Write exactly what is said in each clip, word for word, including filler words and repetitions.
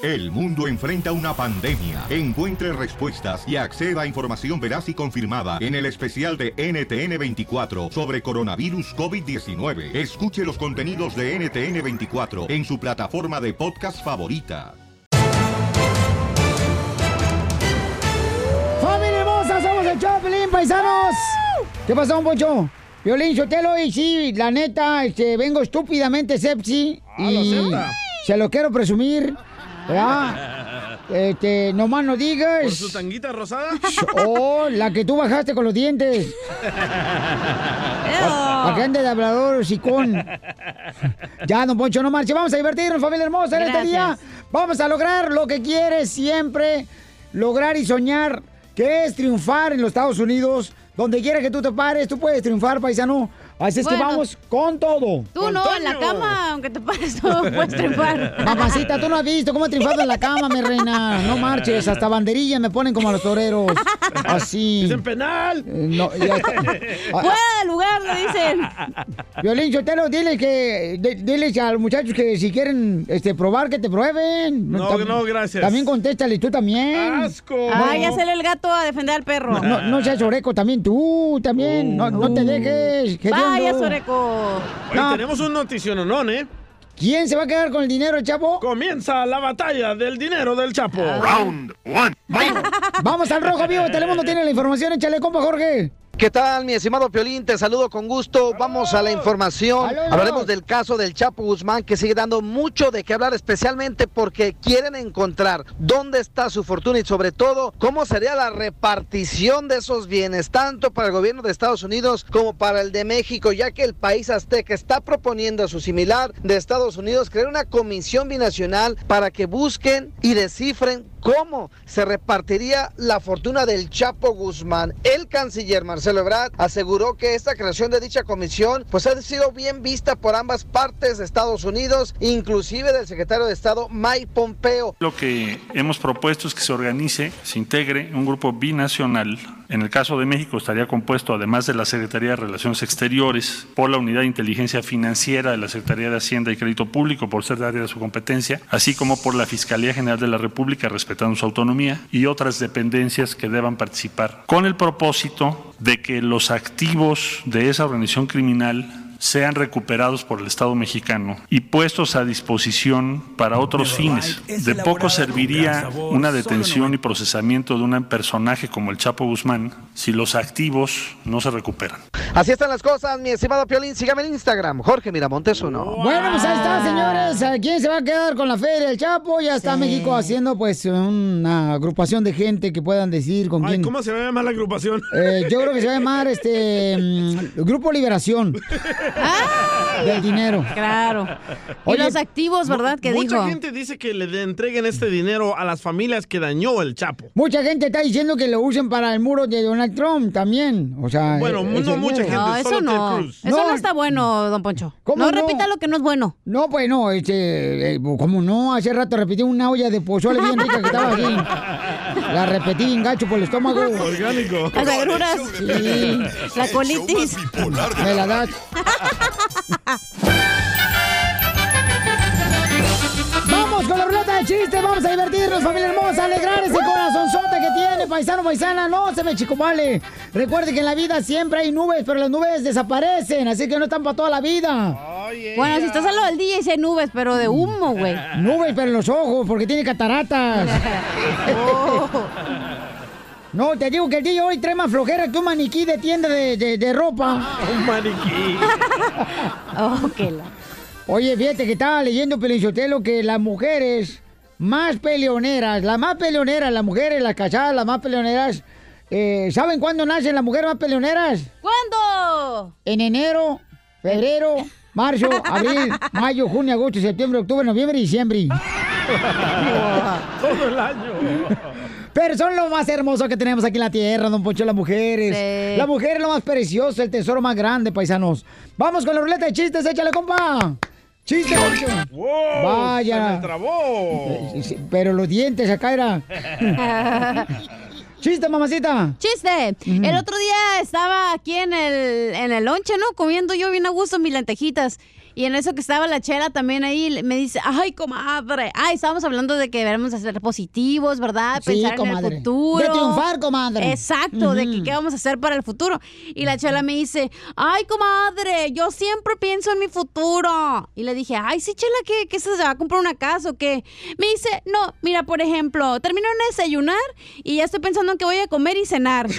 El mundo enfrenta una pandemia. Encuentre respuestas y acceda a información veraz y confirmada en el especial de N T N veinticuatro sobre coronavirus COVID diecinueve. Escuche los contenidos de N T N veinticuatro en su plataforma de podcast favorita. ¡Familia hermosa! ¡Somos el Choplin, paisanos! ¿Qué pasó, don Poncho? Violín, Sotelo, y sí, la neta, este, vengo estúpidamente sepsi. Ah, y lo acepta. se lo quiero presumir, ¿verdad? Este, nomás no digas. ¿Por su tanguita rosada? Oh, la que tú bajaste con los dientes. Para que ande de hablador, sicón. Ya, don Poncho, no marche. Vamos a divertirnos, familia hermosa, en este día. Vamos a lograr lo que quieres siempre. Lograr y soñar, que es triunfar en los Estados Unidos. Donde quiera que tú te pares, tú puedes triunfar, paisano. Así es Bueno, que vamos con todo. Tú Con no, Toño. en la cama, aunque te pares, no puedes triunfar. Mamacita, tú no has visto cómo he triunfado en la cama, mi reina. No marches, hasta banderilla me ponen como a los toreros. Así. ¡Dicen penal! Eh, no, ya está. ¡Fuera del lugar, le dicen! Violín, Sotelo, dile que, de- diles a los muchachos que si quieren este, probar, que te prueben. No, Tam- no, gracias. También contéstale tú también. ¡Asco! Ah, ya sale el gato a defender al perro. No, no, no seas oreco, también tú, también. No, no te dejes. Vaya, hediondo. Soreco. Oye, No. tenemos un noticiononón, ¿eh? ¿Quién se va a quedar con el dinero, el Chapo? Comienza la batalla del dinero del Chapo. Round one. Vamos al Rojo Vivo, Telemundo tiene la información, échale, compa Jorge. ¿Qué tal, mi estimado Piolín? Te saludo con gusto. Vamos a la información. ¡Saludos! Hablaremos del caso del Chapo Guzmán, que sigue dando mucho de qué hablar, especialmente porque quieren encontrar dónde está su fortuna y sobre todo cómo sería la repartición de esos bienes, tanto para el gobierno de Estados Unidos como para el de México, ya que el país azteca está proponiendo a su similar de Estados Unidos crear una comisión binacional para que busquen y descifren cómo se repartiría la fortuna del Chapo Guzmán. El canciller Marcelo Ebrard aseguró que esta creación de dicha comisión pues ha sido bien vista por ambas partes de Estados Unidos, inclusive del secretario de Estado Mike Pompeo. Lo que hemos propuesto es que se organice, se integre un grupo binacional. En el caso de México estaría compuesto, además de la Secretaría de Relaciones Exteriores, por la Unidad de Inteligencia Financiera de la Secretaría de Hacienda y Crédito Público, por ser de área de su competencia, así como por la Fiscalía General de la República, respetando su autonomía, y otras dependencias que deban participar, con el propósito de que los activos de esa organización criminal sean recuperados por el Estado mexicano y puestos a disposición para otros fines. De poco serviría una detención y procesamiento de un personaje como el Chapo Guzmán si los activos no se recuperan. Así están las cosas, mi estimado Piolín. Sígame en Instagram, Jorge Miramontes uno. Bueno, pues ahí está, señores. ¿A ¿Quién se va a quedar con la feria del Chapo? Ya está Sí. México haciendo pues una agrupación de gente que puedan decir con Ay, quién. ¿cómo se va a llamar la agrupación? Eh, yo creo que se va a llamar este mm, Grupo Liberación ¡Ay! del dinero. Claro. Y Oye, los activos, ¿verdad? Que Mucha dijo. gente dice que le de- entreguen este dinero a las familias que dañó el Chapo. Mucha gente está diciendo que lo usen para el muro de Donald Trump también. O sea, Bueno, eh, no ese mucha dinero. gente. No, eso solo Ted no. Cruz. Eso no, No. está bueno, don Poncho. ¿Cómo no, no? repita lo que no es bueno. No, pues no, este, eh, como no, hace rato repetí una olla de pozole bien rica que estaba así. La repetí bien gacho por el estómago. Orgánico. Las agruras. Sí, La colitis. me la das. Vamos con la ruleta de chistes, vamos a divertirnos, familia hermosa, alegrar ese corazonzote que tiene, paisano, paisana, no se me chicopale. Recuerde que en la vida siempre hay nubes, pero las nubes desaparecen, así que no están para toda la vida. Bueno, si estás a lo del D J, sí hay nubes, pero de humo, güey. Nubes, pero en los ojos, porque tiene cataratas. Oh. No, te digo que el día hoy trae más flojera que un maniquí de tienda de, de- de ropa. Un maniquí. Oh, qué la... Oye, fíjate que estaba leyendo, Pelinchotelo, que las mujeres más peleoneras, las más peleoneras, las mujeres, las casadas, las más peleoneras, eh, ¿saben cuándo nacen las mujeres más peleoneras? ¿Cuándo? En enero, febrero, marzo, abril, mayo, junio, agosto, septiembre, octubre, noviembre y diciembre. Todo el año. Pero son lo más hermoso que tenemos aquí en la tierra, don Poncho, las mujeres. Sí. La mujer es lo más precioso, el tesoro más grande, paisanos. Vamos con la ruleta de chistes, échale, compa. ¡Chiste, Poncho! ¡Wow! Vaya. Se me trabó. Eh, sí, Pero los dientes acá era. ¡Chiste, mamacita! Chiste. Ujú. El otro día estaba aquí en el, en el lonche, ¿no? Comiendo yo bien a gusto mis lentejitas. Y en eso que estaba la Chela también ahí, me dice, ay, comadre. Ay, estábamos hablando de que debemos ser positivos, ¿verdad? Sí, Pensar comadre. en el futuro. De triunfar, comadre. Exacto, uh-huh. de que qué vamos a hacer para el futuro. Y la Chela me dice, ay, comadre, yo siempre pienso en mi futuro. Y le dije, ay, sí, Chela, ¿qué, qué se va a comprar una casa o qué? Me dice, no, mira, por ejemplo, termino de desayunar y ya estoy pensando en que voy a comer y cenar.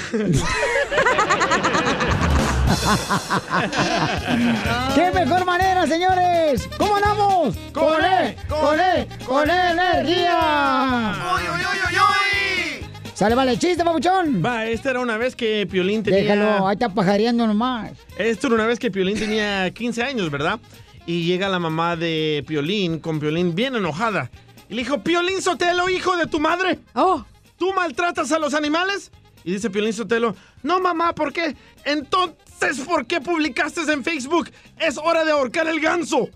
¡Qué mejor manera, señores! ¿Cómo andamos? ¡Con él! ¡Con él! ¡Con energía! ¡Uy, uy, uy, uy, uy! ¡Sale, vale, chiste, papuchón! Va, esta era una vez que Piolín tenía... Déjalo, ahí está pajareando nomás. Esto era una vez que Piolín tenía quince años, ¿verdad? Y llega la mamá de Piolín con Piolín bien enojada. Y le dijo, Piolín Sotelo, hijo de tu madre. Oh. ¿Tú maltratas a los animales? Y dice Piolín Sotelo, no, mamá, ¿por qué? Entonces, ¿por qué publicaste en Facebook? Es hora de ahorcar el ganso.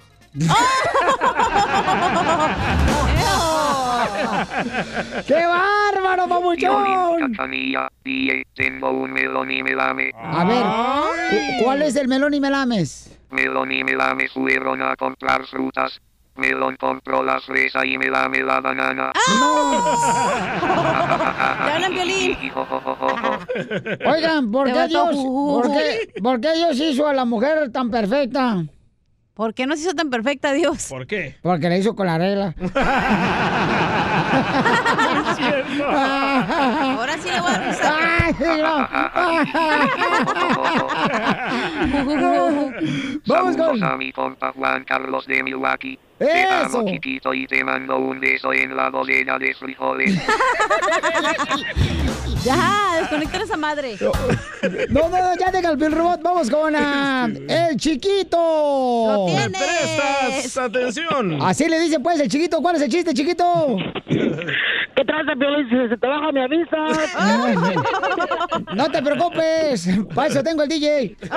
¡Qué bárbaro, papuchón! Tengo un melón y melame. A ver, ¿cu- ¿cuál es el melón y melames? Melón y melame fueron a comprar frutas. Melón compró la fresa y melame la banana. ¡Ya hablan, Piolín! Oigan, ¿por qué Dios, por qué, por qué Dios hizo a la mujer tan perfecta? ¿Por qué no se hizo tan perfecta, Dios? ¿Por qué? Porque la hizo con la regla. Es cierto. Ahora sí le voy a avisar. Vamos con... Saludos a mi compa Juan Carlos de Milwaukee. Te ¡Eso! amo, chiquito, y te mando un beso en la botella de frijoles. Ya, desconectar esa madre. No, no, no, ya deja el Bill Robot. Vamos con ah, el chiquito. Lo ¿Me tienes. prestas atención? Así le dice pues el chiquito. ¿Cuál es el chiste, chiquito? ¿Qué traes, Piolín? Si se te baja, me avisas. No te preocupes. Para eso tengo el D J.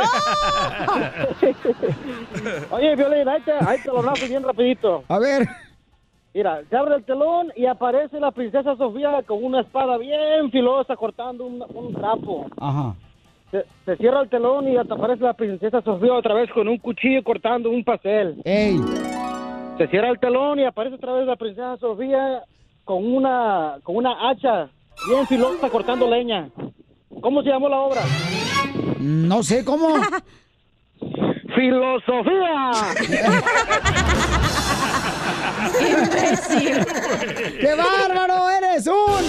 Oye, Piolín, ahí te, ahí te lo nazo bien rapidito. A ver. Mira, se abre el telón y aparece la princesa Sofía con una espada bien filosa cortando un, un trapo. Ajá. Se, se cierra el telón y aparece la princesa Sofía otra vez con un cuchillo cortando un pastel. Ey. Se cierra el telón y aparece otra vez la princesa Sofía con una con una hacha bien filosa cortando leña. ¿Cómo se llamó la obra? No sé cómo. ¡Filosofía! ¡Imbécil! ¡Qué bárbaro! ¡Eres un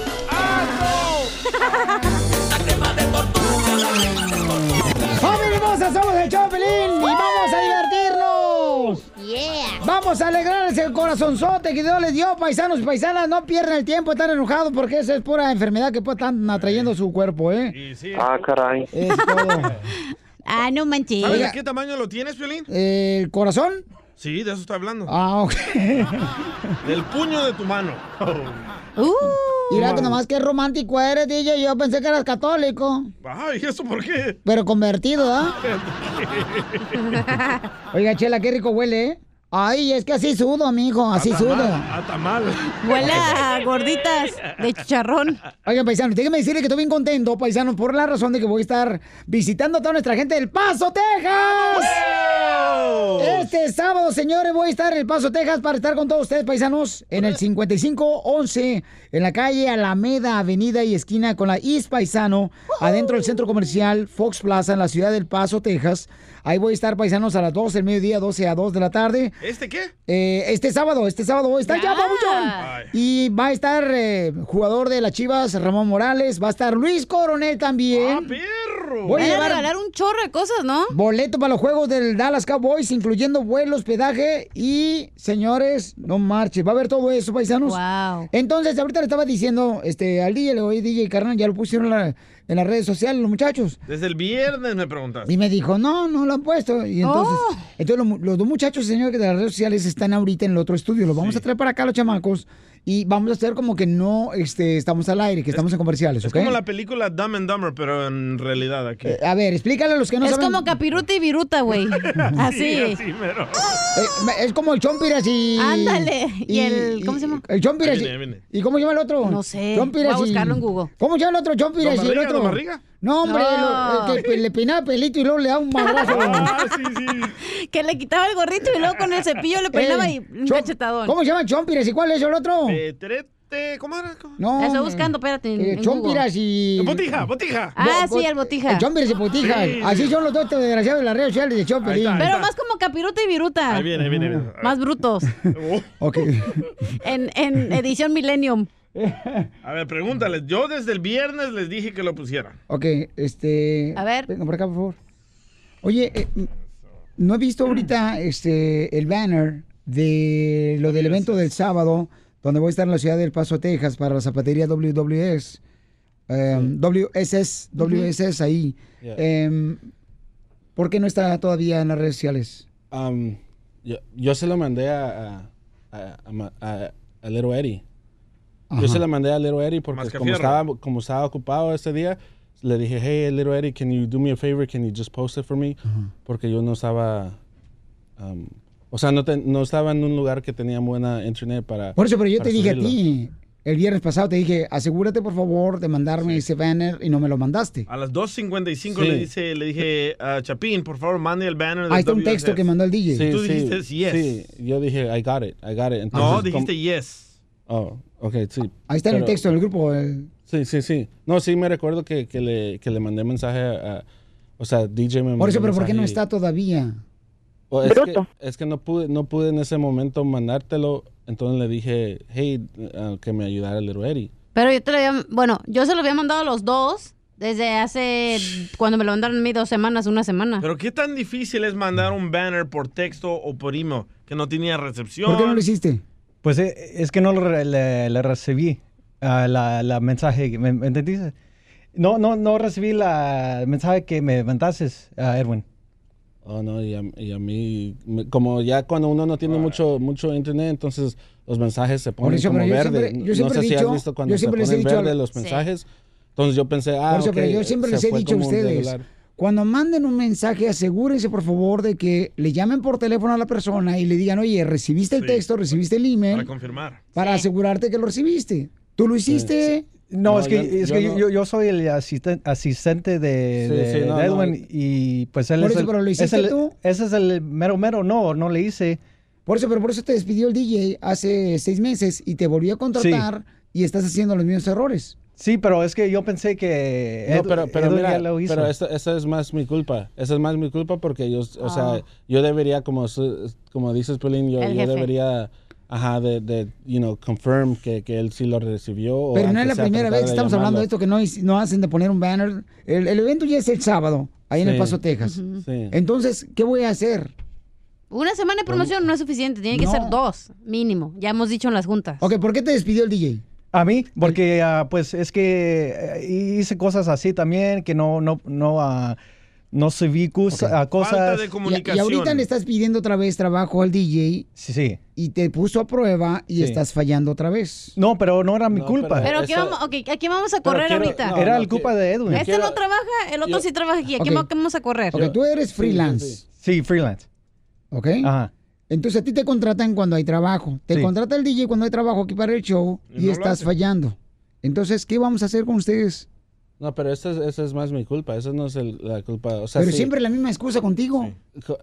¡Familia hermosa! Somos el Chopelín y vamos a divertirnos. Yeah. Vamos a alegrarles el corazonzote que Dios les dio, paisanos y paisanas. No pierdan el tiempo, están enojados porque esa es pura enfermedad que pues, están atrayendo su cuerpo, ¿eh? Y sí. Ah, caray. Es todo. Ah, no manches. ¿Sabes de qué tamaño lo tienes, Piolín? ¿El corazón? Sí, de eso estoy hablando. Ah, ok. Del puño de tu mano. Uh. Mira que nomás que romántico eres, D J. Yo pensé que eras católico. Ay, ¿eso por qué? Pero convertido, ¿ah? Oiga, Chela, qué rico huele, ¿eh? Ay, es que así sudo, amigo, así a sudo. tamal, a tamal. Huele a gorditas de chicharrón. Oigan, paisanos, déjenme decirle que estoy bien contento, paisanos, por la razón de que voy a estar visitando a toda nuestra gente del Paso, Texas. Este sábado, señores, voy a estar en El Paso, Texas, para estar con todos ustedes, paisanos, en el cincuenta y cinco once, en la calle Alameda, Avenida y esquina con la East Paisano, adentro del centro comercial Fox Plaza, en la ciudad del Paso, Texas. Ahí voy a estar, paisanos, a las doce del mediodía, doce a dos de la tarde. ¿Este qué? Eh, este sábado, este sábado voy a estar ya, Ya. papuchón. Y va a estar eh, jugador de las Chivas, Ramón Morales. Va a estar Luis Coronel también. ¡Ah, perro! Voy a Van a llevar regalar un chorro de cosas, ¿no? boleto para los juegos del Dallas Cowboys, incluyendo vuelo, hospedaje y, señores, no marche. Va a haber todo eso, paisanos. Wow. Entonces, ahorita le estaba diciendo este, al D J, le oí, D J carnal, ya lo pusieron en, la- en las redes sociales los muchachos. Desde el viernes me preguntaste. Y me dijo, no, no lo han puesto. Y entonces, Oh. entonces los, los dos muchachos, señor, que de las redes sociales están ahorita en el otro estudio. Los vamos Sí. a traer para acá, los chamacos. Y vamos a hacer como que no este, estamos al aire, que estamos en comerciales, Es ¿ok? como la película Dumb and Dumber, pero en realidad aquí. Eh, a ver, explícale a los que no es saben. como Capiruta y Viruta, güey. Así. Sí, así, mero. Eh, es como el Chompiras y... Ándale. Y el- ¿cómo se llama? El Chompiras Ahí y... viene, ahí viene. ¿Y cómo se llama el otro? No sé. Chompiras Voy a y- buscarlo en Google. ¿Cómo se llama el otro Chompiras ¿Don y el Barriga, otro? Don Barriga? No, hombre, No. lo- el que le peinaba pelito y luego le da un madrazo. Ah, sí, sí. Que le quitaba el gorrito y luego con el cepillo le peinaba Ey, y un Chom- cachetadón. ¿Cómo se llama? Chompiras. ¿Y cuál es el otro? Petrete, ¿cómo era? ¿Cómo? No. La estoy hombre. buscando, espérate. en- Eh, en Chompiras Google. y... Botija, botija. Ah, Bo- sí, bo- el botija. El Chompiras y botijas. Sí. Así son los dos desgraciados de las redes sociales de Chompirín. Ahí está. Pero más como capiruta y viruta. Ahí viene, ahí viene. ahí viene. Más brutos. Oh. Ok. En, en edición Millennium. A ver, pregúntales. Yo desde el viernes les dije que lo pusieran. Ok, este... A ver. Venga por acá, por favor. Oye, eh, no he visto ahorita este el banner de lo del evento del sábado, donde voy a estar en la ciudad del Paso, Texas, para la zapatería W W S. Um, W S S, W S S ahí. Yeah. Em, ¿Por qué no está todavía en las redes sociales? Um, yo, yo se lo mandé a, a, a, a, a, a Little Eddie. Yo se la mandé a Little Eddie porque como Mascafierro. estaba, como estaba ocupado ese día, le dije, hey, Little Eddie, can you do me a favor? Can you just post it for me? Porque yo no estaba... um, o sea, no, te- no estaba en un lugar que tenía buena internet para... Por eso, pero yo para te dije subirlo. a ti, el viernes pasado te dije, asegúrate por favor de mandarme ese banner y no me lo mandaste. A las dos cincuenta y cinco Sí. le, dice, le dije a Chapín, por favor, mande el banner de Ahí está un W S S. texto que mandó el D J. Sí, Tú sí, dijiste yes. Sí, yo dije, I got it, I got it. No, Entonces, dijiste como- yes. Oh, ok, sí. Ahí está en el Pero- texto, en el grupo. el- Sí, sí, sí. No, sí me recuerdo que, que, le, que le mandé mensaje a... a- o sea, D J me mandó Por eso, pero ¿por qué no mensaje y- está todavía? o es, que, es que no pude, no pude en ese momento mandártelo. Entonces le dije, hey, uh, que me ayudara el Little Eddie. Pero yo te lo había, bueno, yo se lo había mandado a los dos desde hace, cuando me lo mandaron a mí dos semanas, una semana. Pero ¿qué tan difícil es mandar un banner por texto o por email que no tenía recepción? ¿Por qué no lo hiciste? Pues eh, es que no lo re- le, le recibí ah, la, la mensaje, ¿me, me entendiste? No, no, no recibí la mensaje que me mandaste, ah, Edwin. Oh, no, y a, y a mí, me- como ya cuando uno no tiene mucho, mucho internet, entonces los mensajes se Por ponen eso, como pero yo verde. siempre- yo no siempre sé he si dicho- has visto cuando yo se siempre les he ponen dicho al- verde los Sí. mensajes. Entonces yo pensé, ah, Por eso, ok, pero yo siempre se les he fue dicho a como ustedes, regular. cuando manden un mensaje, asegúrense por favor de que le llamen por teléfono a la persona y le digan, oye, recibiste el Sí. texto, recibiste el email, Para para, confirmar. asegurarte que lo recibiste. ¿Tú lo hiciste? No, No, es que, yo- es yo que no- yo, yo soy el asisten- asistente de, Sí, de- sí, no, de no. Edwin y pues él Por es eso, el, pero ¿lo es hiciste el- tú? Ese es el mero mero, no, no le hice. Por eso, pero por eso te despidió el D J hace seis meses y te volvió a contratar y estás haciendo los mismos errores. Sí, pero es que yo pensé que No, Ed- pero, pero Edwin mira, ya lo hizo. pero esa, esa es más mi culpa. Esa es más mi culpa porque yo, o Ah. sea, yo debería, como, su- como dices, Pelín, yo, El yo jefe. debería, ajá, de, de, you know, confirm que, que él sí lo recibió. o Pero no aunque es la sea primera tratar vez que de estamos hablando de llamarlo. esto que no, hic- no hacen de poner un banner. El, el evento ya es el sábado, ahí en El Sí. Paso, Texas. Sí. Entonces, ¿qué voy a hacer? Una semana de promoción no es suficiente, tiene que No. ser dos, mínimo. Ya hemos dicho en las juntas. Ok, ¿por qué te despidió el D J? A mí, porque ah, pues es que eh, hice cosas así también, que no, no, no, ah, no subí cus- Ok. ah, cosas. Falta de Y, comunicación. y ahorita le estás pidiendo otra vez trabajo al D J Sí, sí. y te puso a prueba y Sí. estás fallando otra vez. No, pero no era mi No, culpa. Pero ¿qué Eso- vamos, okay, ¿a quién vamos a Pero correr quiero- ahorita? no, era no, el culpa que- de Edwin. Este quiero- no trabaja, el otro yo- sí trabaja aquí. ¿A quién, Ok. qué vamos a correr? Ok, tú eres freelance, sí, Sí, freelance. ¿ok? Ajá. Entonces a ti te contratan cuando hay trabajo. Te Sí. contrata el D J cuando hay trabajo aquí para el show Y y, no lo estás hace. fallando. Entonces, ¿qué vamos a hacer con ustedes? No, pero esa es, esa es más mi culpa. Esa no es el- la culpa. O sea, Pero sí, siempre la misma excusa contigo. co-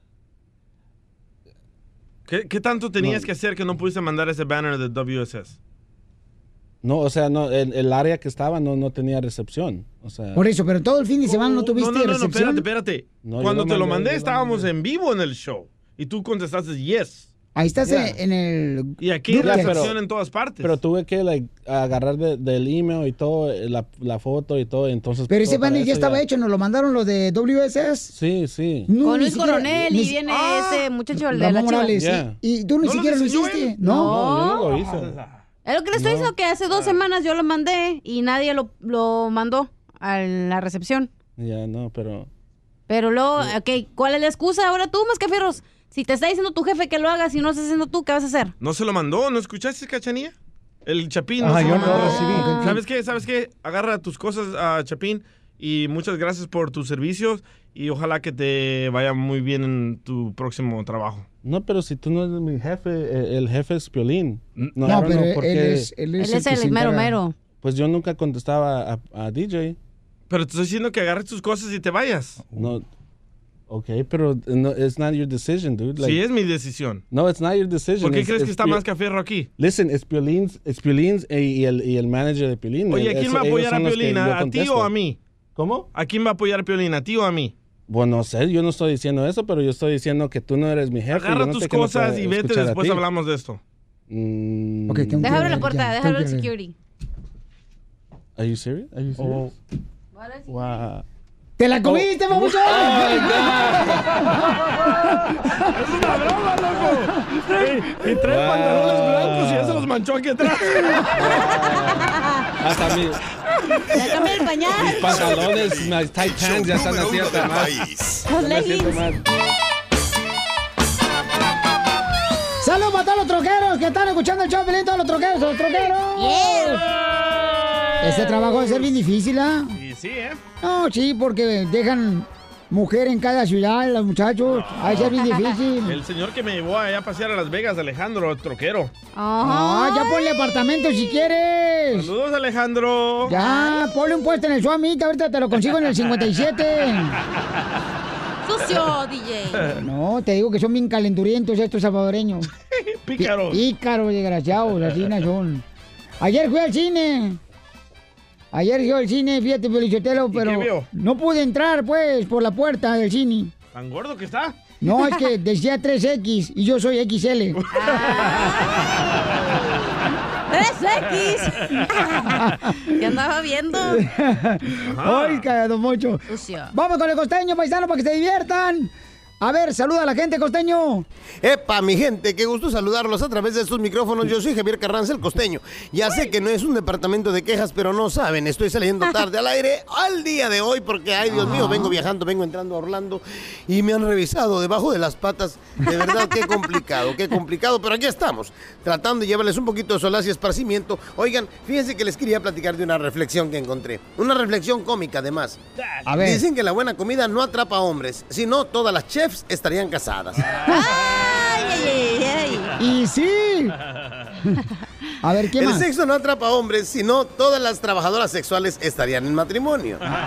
¿Qué, qué tanto tenías No. que hacer que no pudiste mandar ese banner de W S S? No, o sea, no, el, el área que estaba no, no tenía recepción. O sea, Por eso, pero todo el fin de semana no tuviste Oh, no, no, no, no, recepción. espérate, espérate. No, yo Cuando lo te lo mandé, mandé yo lo estábamos mandé. en vivo en el show. Y tú contestaste yes. Ahí estás Ya. en el... Y aquí Group hay text. recepción en todas partes. pero tuve que like, agarrar de- del email y todo, eh, la, la foto y todo. Entonces, Pero ese todo para banner ya eso estaba hecho, nos lo mandaron los de W S S. Sí, sí. No, Con ni Luis siquiera- Coronel ni y si- viene Ah, ese muchacho, el de Ramón la chiva. Morales, sí. Yeah. Y tú ni ¿No lo siquiera lo diseñó hiciste. él? No. No, yo no lo hice. Es lo que le estoy diciendo, que hace dos semanas yo lo mandé y nadie lo, lo mandó a la recepción. Ya, no, pero... Pero luego, ok, ¿cuál es la excusa ahora tú, Mascafierros? Si te está diciendo tu jefe que lo hagas y no estás haciendo tú, ¿qué vas a hacer? ¿No se lo mandó? ¿No escuchaste, Cachanilla? El Chapín. Ajá, se yo lo no mandó. recibí. ¿Sabes qué? ¿Sabes qué? Agarra tus cosas a Chapín y muchas gracias por tus servicios y ojalá que te vaya muy bien en tu próximo trabajo. No, pero si tú no eres mi jefe, eh, el jefe es Piolín. No, I don't pero know por él qué. es, él Él es es el, que se el mero encarga. mero. Pues yo nunca contestaba a, a D J. Pero te estoy diciendo que agarres tus cosas y te vayas. No. Okay, pero no, it's not your decision, dude. Like, sí, es mi decisión. No, it's not your decision. ¿Por qué it's, crees it's que está Pio- más que Fierro aquí? Listen, es Piolin's, es Piolin's y, y el, y el manager de Piolín. Oye, ¿a quién Eso- va a ellos apoyar a son los que Piolín? yo ¿A, a ti contesto. o a mí? ¿Cómo? ¿A quién va a apoyar a Piolín? ¿A ti o a mí? Bueno, no sé, yo no estoy diciendo eso, pero yo estoy diciendo que tú no eres mi jefe. Agarra yo no tus sé que no cosas puedo y vete, escuchar a después ti. hablamos de esto. Mm, Ok, tengo Deja que abrir la ver, puerta, ya, deja tengo abrir el que ver. security. Are you serious? Are you serious? Wow. ¡Te la comiste, Oh. babuchón! ¡Es una broma, loco! Ey, y trae Wow. pantalones blancos y ya se los manchó aquí atrás. Hasta mi, Ya cambié el pañal. mis pantalones, mis tight pants ya están así hasta más. país. Los Ya me siento leggings. más. ¡Saludos para todos los troqueros que están escuchando el show, Pelín! ¡Todos los troqueros, los troqueros! Ese trabajo debe ser bien difícil, ¿ah? Y sí, ¿eh? No, sí, porque dejan mujer en cada ciudad, los muchachos. Ahí ser bien difícil. El señor que me llevó allá a pasear a Las Vegas, Alejandro, el troquero. Ah, ya ponle apartamento si quieres. Saludos, Alejandro. Ya, ponle un puesto en el Suamita, ahorita te lo consigo en el cincuenta y siete. Sucio, D J. No, te digo que son bien calenturientos estos salvadoreños. Pícaros. Pí- Pícaros, desgraciados, así no son. Ayer fui al cine. Ayer fui al cine, fíjate, Felicitelo, pero qué vio? no pude entrar, pues, por la puerta del cine. ¿Tan gordo que está? No, es que decía tres equis y yo soy equis ele. tres equis. ¿Qué andaba viendo? Ay, callado mucho. Sucio. Vamos con el costeño, paisano, para que se diviertan. A ver, saluda a la gente, costeño. Epa, mi gente, qué gusto saludarlos a través de estos micrófonos. Yo soy Javier Carranza, el costeño. Ya sé que no es un departamento de quejas, pero no saben, estoy saliendo tarde al aire al día de hoy porque, ay, Dios mío, vengo viajando, vengo entrando a Orlando y me han revisado debajo de las patas. De verdad, qué complicado, qué complicado, pero aquí estamos, tratando de llevarles un poquito de solaz y esparcimiento. Oigan, fíjense que les quería platicar de una reflexión que encontré. Una reflexión cómica, además. A ver. Dicen que la buena comida no atrapa a hombres, sino todas las chefs estarían casadas. Ay, ay, ay, ay. Y sí. A ver, ¿qué El más? sexo no atrapa a hombres, sino todas las trabajadoras sexuales estarían en matrimonio. Bien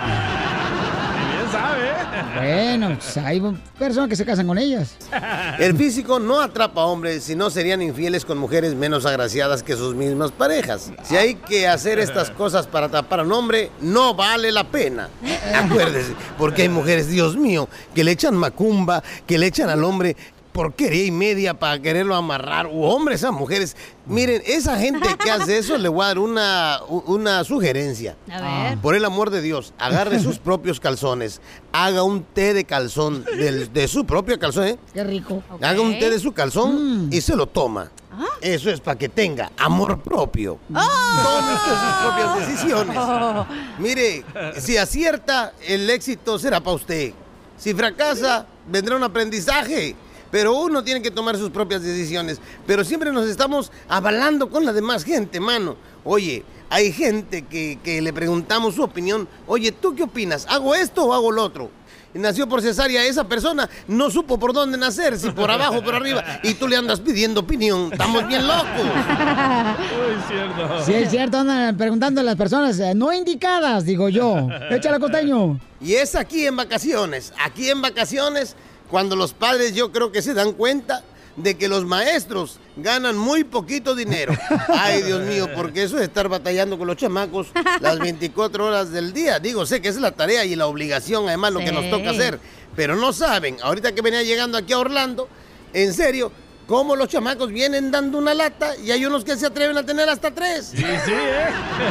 sabe, ¿eh? Bueno, pues hay personas que se casan con ellas. El físico no atrapa a hombres, sino serían infieles con mujeres menos agraciadas que sus mismas parejas. Si hay que hacer estas cosas para atrapar a un hombre, no vale la pena. Acuérdese, porque hay mujeres, Dios mío, que le echan macumba, que le echan al hombre porquería y media para quererlo amarrar. O hombres a mujeres. Miren, esa gente que hace eso, le voy a dar una, una sugerencia. A ver. Por el amor de Dios, agarre sus propios calzones, haga un té de calzón, del- de su propio calzón, ¿eh? Qué rico. Ok. Haga un té de su calzón y se lo toma. Ah. Eso es para que tenga amor propio. Oh. Tome usted sus propias decisiones. Mire, si acierta, el éxito será para usted. Si fracasa, vendrá un aprendizaje. Pero uno tiene que tomar sus propias decisiones. Pero siempre nos estamos avalando con la demás gente, mano. Oye, hay gente que, que le preguntamos su opinión. Oye, ¿tú qué opinas? ¿Hago esto o hago lo otro? Nació por cesárea, esa persona no supo por dónde nacer, si por abajo o por arriba. Y tú le andas pidiendo opinión. Estamos bien locos. Uy, cierto. Sí, es cierto, andan preguntando a las personas eh, no indicadas, digo yo. Échale, costeño. Y es aquí en vacaciones, aquí en vacaciones, cuando los padres yo creo que se dan cuenta de que los maestros ganan muy poquito dinero. Ay, Dios mío, porque eso es estar batallando con los chamacos las veinticuatro horas del día. Digo, sé que esa es la tarea y la obligación, además, lo que nos toca hacer. Pero no saben, ahorita que venía llegando aquí a Orlando, en serio, cómo los chamacos vienen dando una lata y hay unos que se atreven a tener hasta tres. Sí, sí, ¿eh?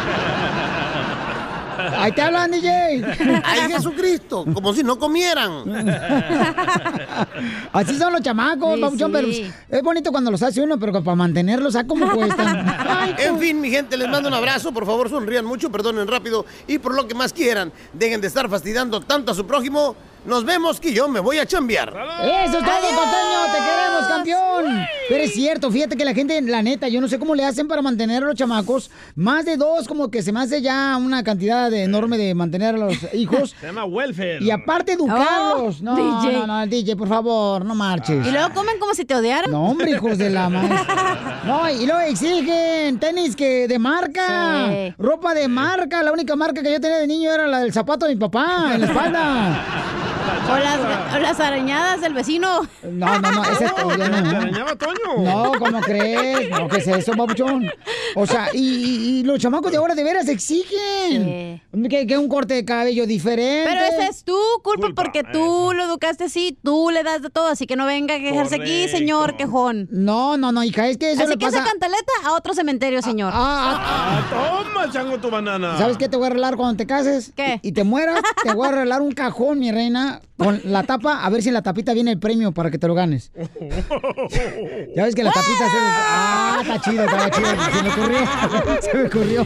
Ahí te hablan, D J. ¡Ay, Jesucristo! Como si no comieran. Así son los chamacos, Sí, papuchón, sí. pero pues, es bonito cuando los hace uno, pero para mantenerlos, ¿a cómo cuestan? Ay, En fin, mi gente, les mando un abrazo. Por favor, sonrían mucho, perdonen rápido y por lo que más quieran. Dejen de estar fastidiando tanto a su prójimo Nos vemos que yo me voy a chambear. Eso es todo, costeño, te queremos, campeón. Pero es cierto, fíjate que la gente, la neta, yo no sé cómo le hacen para mantener a los chamacos. Más de dos, como que se me hace ya una cantidad de- enorme de mantener a los hijos. Se llama welfare. Y aparte educarlos. Oh, no, D J. no, no, el D J, por favor, no marches. Y luego comen como si te odiaran. No, hombre, hijos de la madre. No, y luego exigen tenis que de marca, Sí. ropa de marca. La única marca que yo tenía de niño era la del zapato de mi papá en la espalda. O las, o las arañadas del vecino. No, no, no, ese es ¿Te yo no. arañaba Toño? No, ¿cómo crees? No, ¿qué es eso, papuchón? O sea, y, y- y los chamacos de ahora de veras exigen que, que un corte de cabello diferente. Pero esa es tu culpa, porque tú lo educaste así, tú le das de todo, así que no venga a quejarse aquí, Correcto. señor quejón. No, no, no, hija, es que eso Así le que pasa... esa cantaleta a otro cementerio, señor. Ah, ah, Ah, toma, chango, tu banana. ¿Sabes qué te voy a arreglar cuando te cases? ¿Qué? Y, y te mueras, te voy a arreglar un cajón, mi reina, con la tapa, a ver si en la tapita viene el premio para que te lo ganes. Ya ves que la tapita se... Ah, está chido, está chido. Se me ocurrió. Se me ocurrió.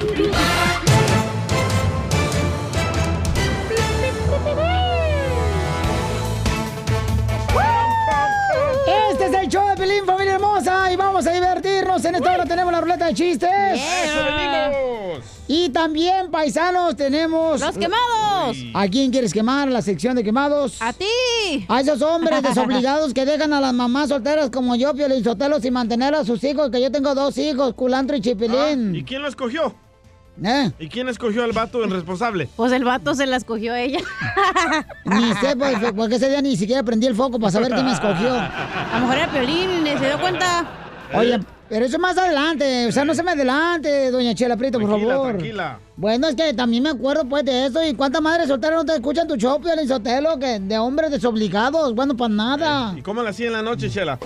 Este es el show de Pelín, familia hermosa, y vamos a divertirnos. En esta hora tenemos la ruleta de chistes. ¡Eso, venimos! Y también, paisanos, tenemos... ¡Los quemados! ¿A quién quieres quemar? La sección de quemados. ¡A ti! A esos hombres desobligados que dejan a las mamás solteras como yo, Piolín Sotelo, sin mantener a sus hijos, que yo tengo dos hijos, Culantro y Chipilín. ¿Y quién lo escogió? ¿Eh? ¿Y quién escogió al vato el responsable? Pues el vato se la escogió ella. Ni sé, pues, porque ese día ni siquiera prendí el foco para saber quién me escogió. A lo mejor era Piolín, ¿se dio cuenta? Oye, pero eso más adelante, o sea, no se me adelante, doña Chela Prieto, por Tranquila, favor. tranquila. Bueno, es que también me acuerdo, pues, de eso. ¿Y cuántas madres solteras no te escuchan tu show, Piolín Sotelo? Que de hombres desobligados, bueno, para nada. ¿Y cómo la hacía en la noche, Chela?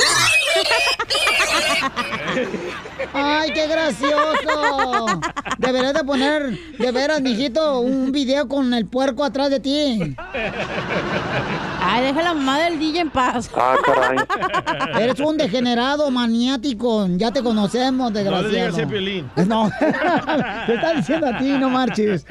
¡Ay, qué gracioso! Deberías de poner, de veras, mijito, un video con el puerco atrás de ti. Ay, deja a la mamá del D J en paz. Ah, caray. Eres un degenerado maniático. Ya te conocemos, No le desgraciado. digas así a Piolín. No, te está diciendo a ti, no marches.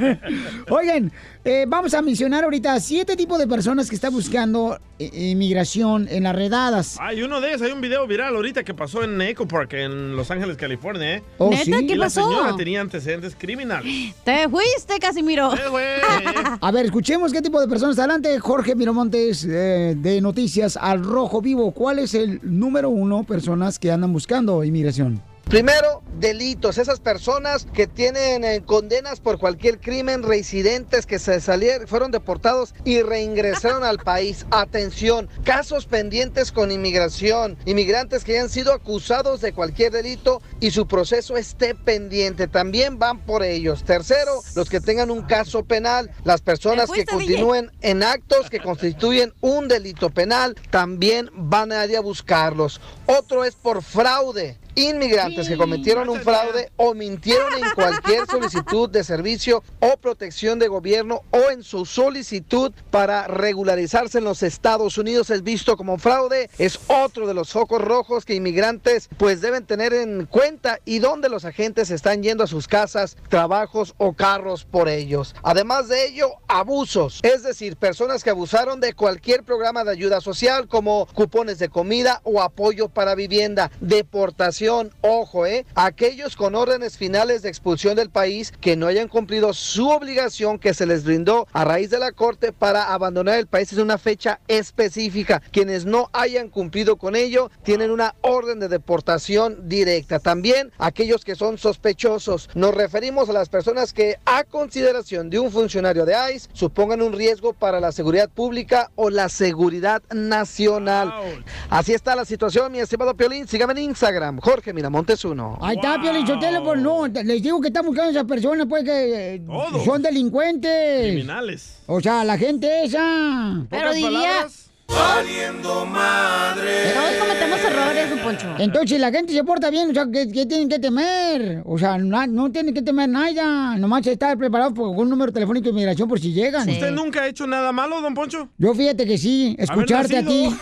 Oigan, eh, vamos a mencionar ahorita siete tipos de personas que están buscando eh, inmigración en las redadas. Hay uno de esos, hay un video viral ahorita que pasó en Echo Park, en Los Ángeles, California, ¿eh? ¿Oh, ¿Neta? sí? ¿Qué Y la pasó? señora tenía antecedentes criminales. Te fuiste, Casimiro. ¡Eh, güey! A ver, escuchemos qué tipo de personas. Adelante, Jorge Miramontes, eh, de Noticias al Rojo Vivo. ¿Cuál es el número uno personas que andan buscando inmigración? Primero, delitos. Esas personas que tienen eh, condenas por cualquier crimen, residentes que se salieron, fueron deportados y reingresaron al país. Atención, casos pendientes con inmigración, inmigrantes que hayan sido acusados de cualquier delito y su proceso esté pendiente. También van por ellos. Tercero, los que tengan un caso penal, las personas que fuiste, D J. continúen en actos que constituyen un delito penal, también van a ir a buscarlos. Otro es por fraude. Inmigrantes que cometieron un fraude o mintieron en cualquier solicitud de servicio o protección de gobierno o en su solicitud para regularizarse en los Estados Unidos es visto como fraude. Es otro de los focos rojos que inmigrantes pues deben tener en cuenta y donde los agentes están yendo a sus casas, trabajos o carros por ellos. Además de ello, abusos, es decir, personas que abusaron de cualquier programa de ayuda social como cupones de comida o apoyo para vivienda, deportación. Ojo, eh, aquellos con órdenes finales de expulsión del país que no hayan cumplido su obligación que se les brindó a raíz de la corte para abandonar el país en una fecha específica. Quienes no hayan cumplido con ello tienen una orden de deportación directa. También aquellos que son sospechosos. Nos referimos a las personas que a consideración de un funcionario de I C E supongan un riesgo para la seguridad pública o la seguridad nacional. Así está la situación, mi estimado Piolín. Sígame en Instagram, Jorge Miramontes uno. Ahí está, Piolín Sotelo, pues no, les digo que están buscando a esas personas, pues que eh, Todos. son delincuentes. Criminales. O sea, la gente esa. Pero Pocas diría... palabras. Valiendo madre. Todos cometemos errores, don Poncho. Entonces, si la gente se porta bien, o sea, ¿qué, qué tienen que temer? O sea, no, no tienen que temer nada. Nomás estar preparados con un número telefónico de inmigración por si llegan. Sí. ¿Usted nunca ha hecho nada malo, don Poncho? Yo fíjate que sí, escucharte a ti.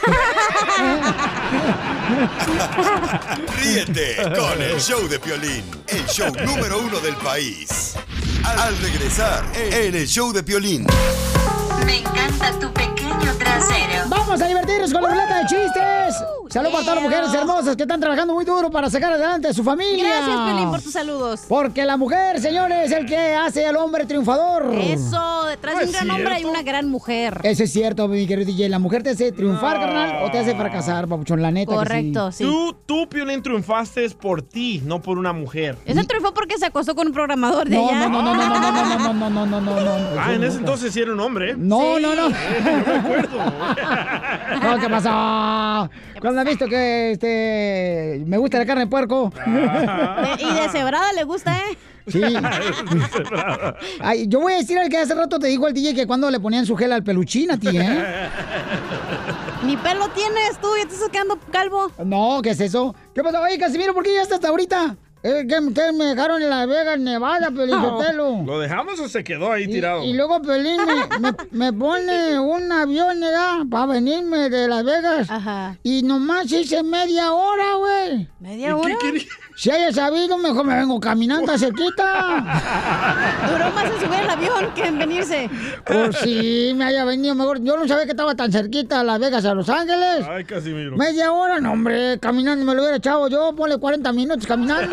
Ríete con el show de Piolín, el show número uno del país. Al regresar en el show de Piolín. Me encanta tu pequeña trasero. Vamos a divertirnos con la ruleta de chistes. Saludos para todas las mujeres hermosas que están trabajando muy duro para sacar adelante a su familia. Gracias, Pelín, por tus saludos. Porque la mujer, señores, es el que hace al hombre triunfador. Eso, detrás de un gran hombre hay una gran mujer. Eso es cierto, mi querido D J. ¿La mujer te hace triunfar, No. carnal, o te hace fracasar, papuchón? La neta Correcto, que sí. sí. Tú, tú, Piolín, triunfaste es por ti, no por una mujer. Ese triunfó porque se acostó con un programador de No, allá. no, no, no, no, no, no, no, no, no, no, no, no. Ah, en ese entonces sí era un hombre. No, Sí. no, no. Eh, yo me acuerdo. No, ¿qué pasó? Cuando has visto que este me gusta la carne de puerco. De- y de cebrada le gusta, ¿eh? Sí. Ay, yo voy a decir al que hace rato te dijo el D J que cuando le ponían su gel al peluchín a ti, ¿eh? Ni pelo tienes tú, ya te estás quedando calvo. No, ¿qué es eso? ¿Qué pasó? Oye, Casimiro, ¿por qué ya hasta ahorita? Eh, ¿qué, qué me dejaron en Las Vegas, Nevada, Pelín Sotelo? ¿Lo dejamos o se quedó ahí Y, tirado? y luego Pelín me, me, me pone un avión, ¿verdad? Para venirme de Las Vegas. Ajá. Y nomás hice media hora, güey. ¿Media hora? Si haya sabido, mejor me vengo caminando a cerquita. Duró más en subir el avión que en venirse. Por si me haya venido mejor. Yo no sabía que estaba tan cerquita a Las Vegas, a Los Ángeles. Ay, Casimiro. Media hora, no, hombre, caminando me lo hubiera echado yo. Ponle cuarenta minutos caminando.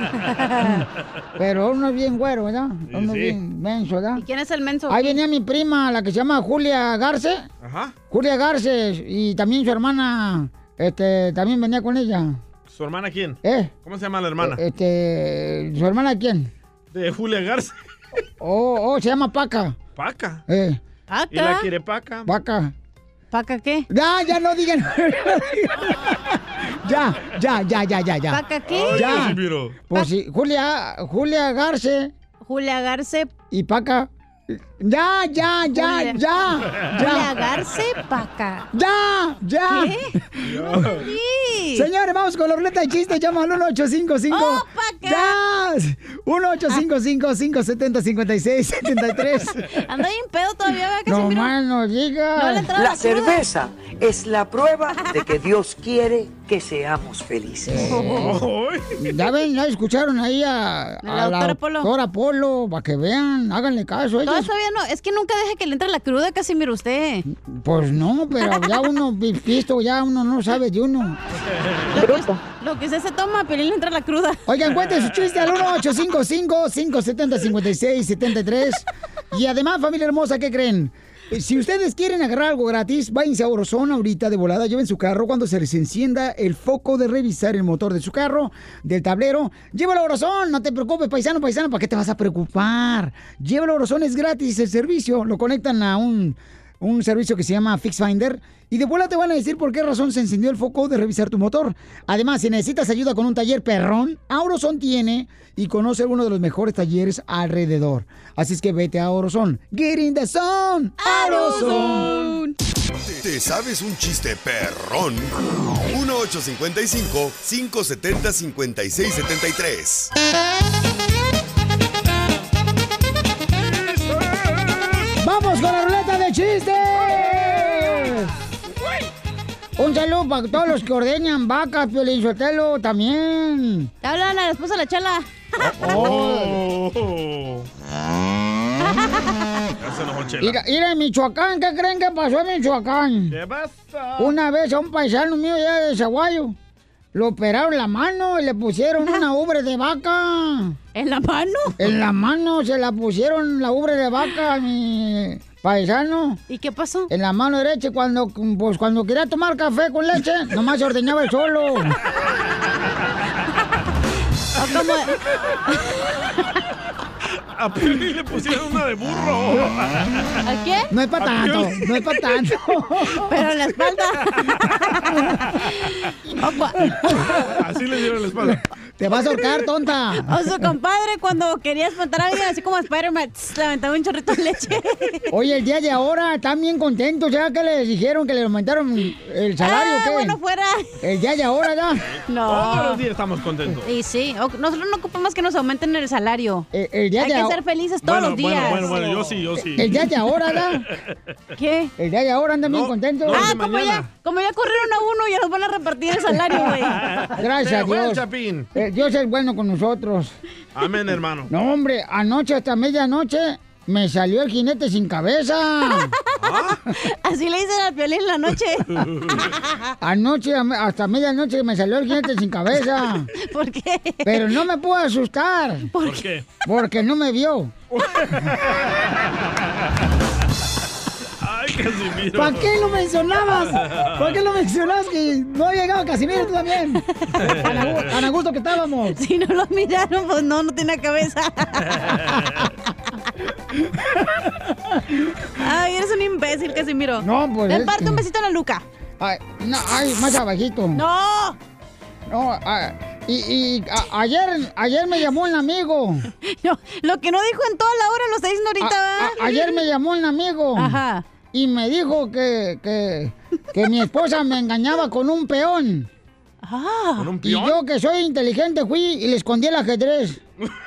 Pero uno es bien güero, ¿verdad? Uno sí. es bien menso, ¿verdad? ¿Y quién es el menso? Ahí venía mi prima, la que se llama Julia Garce. Ajá. Julia Garce y también su hermana, este, también venía con ella. ¿Su hermana quién? ¿Eh? ¿Cómo se llama la hermana? Este, ¿su hermana quién? De Julia Garza. Oh, oh, se llama Paca. Paca. Eh, ¿Paca? ¿Y la quiere Paca? Paca. ¿Paca qué? Ya, ya no digan. Ya, ya, ya, ya, ya, ya. ¿Paca qué? Ay, Ya. Casimiro. Pues sí, Julia, Julia Garce Julia Garce. y Paca. Ya, ya, ya, Julia- ya. Julia Ya. Garce, Paca. Ya, ya. ¿Qué? No entendí. Señores, vamos con la ruleta de chistes. Llama al uno ocho cinco cinco. ¡Oh, Paca! ¡Ya! uno ocho cinco cinco, cinco siete cero, cinco seis siete tres. Anda bien pedo todavía, ¿verdad? No Casimiro? más no digas. No le entraba La la cruda. cerveza es la prueba de que Dios quiere que seamos felices. Ya ven, ya escucharon ahí a, a La doctora Polo. doctora Polo, para que vean, háganle caso. Ella No, es- todavía no. Es que nunca deja que le entre la cruda, Casimiro, usted. Pues no, pero ya uno visto, ya uno no sabe de uno. Lo que, lo que usted se toma, Pelín le entra la cruda. Oigan, cuenten su chiste al uno ocho cinco cinco, cinco siete cero, cinco seis siete tres. Y además, familia hermosa, ¿qué creen? Eh, Si ustedes quieren agarrar algo gratis, váyanse a AutoZone ahorita de volada, lleven su carro cuando se les encienda el foco de revisar el motor de su carro, del tablero. Llévalo a AutoZone, no te preocupes, paisano, paisano, ¿para qué te vas a preocupar? Llévalo a AutoZone, es gratis el servicio, lo conectan a un, un servicio que se llama Fix Finder y de volada te van a decir por qué razón se encendió el foco de revisar tu motor. Además, si necesitas ayuda con un taller perrón, AutoZone tiene y conoce uno de los mejores talleres alrededor. Así es que vete a AutoZone. Get in the zone. AutoZone. ¿Te sabes un chiste perrón? uno ocho cinco cinco, cinco siete cero, cinco seis siete tres. ¡Vamos con la ruleta de chistes! Un saludo para todos los que ordeñan vacas, Piolín Sotelo, también. Te hablan a la esposa de la chala. Oh. Ya se enojó Chela. Mira, mira, en Michoacán, ¿qué creen que pasó en Michoacán? ¿Qué pasa? Una vez a un paisano mío ya de Zaguayo, lo operaron la mano y le pusieron una ubre de vaca. ¿En la mano? En la mano se la pusieron la ubre de vaca a mi paisano. ¿Y qué pasó? En la mano derecha, y cuando, pues, cuando quería tomar café con leche, nomás se ordeñaba el solo. O como... A Piolín le pusieron una de burro. ¿A qué? No es para A tanto, Piolín. no es para tanto. Pero en la espalda. Opa. Así le dieron la espalda. Te vas a ahorcar, tonta. O su compadre, cuando quería espantar a alguien, así como Spider-Man, tss, le aventaba un chorrito de leche. Oye, el día de ahora están bien contentos, ya que les dijeron que les aumentaron el salario, Ah, ¿qué? bueno, fuera. El día de ahora, ya. Todos No. los días estamos contentos. Y sí, o- nosotros no ocupamos que nos aumenten el salario. El, el día Hay de que ahora. ser felices todos Bueno, los días. bueno, bueno, bueno, yo sí, yo sí. El día de ahora, ya. ¿Qué? El día de ahora andan bien No, contentos. no, Ah, de como mañana. ya, como ya corrieron a uno, ya nos van a repartir el salario, güey. Gracias a Se fue el Dios. Chapín. Eh, Dios es bueno con nosotros. Amén, hermano. No, hombre, anoche hasta medianoche me salió el jinete sin cabeza. Así le dicen al Piolín en la noche. Anoche, a- hasta medianoche me salió el jinete sin cabeza. ¿Por qué? Pero no me puedo asustar. ¿Por qué? Porque no me vio. Ay, Casimiro. ¿Para qué lo mencionabas? ¿Para qué lo mencionabas que no había llegado Casimiro tú también? Tan a, gu- tan a gusto que estábamos. Si no lo miraron, pues no, no tiene cabeza. Ay, eres un imbécil, Casimiro. No, pues. Ven, es parte que- un besito a la nuca. Ay, no, ay, más abajito. ¡No! No, ah, y, y a- ayer, ayer me llamó un amigo. No, lo que no dijo en toda la hora lo está diciendo ahorita. A- a- ayer me llamó un amigo. Ajá. Y me dijo que, que, que mi esposa me engañaba con un peón. Ah. ¿Con un Y peón? yo, que soy inteligente, fui y le escondí el ajedrez.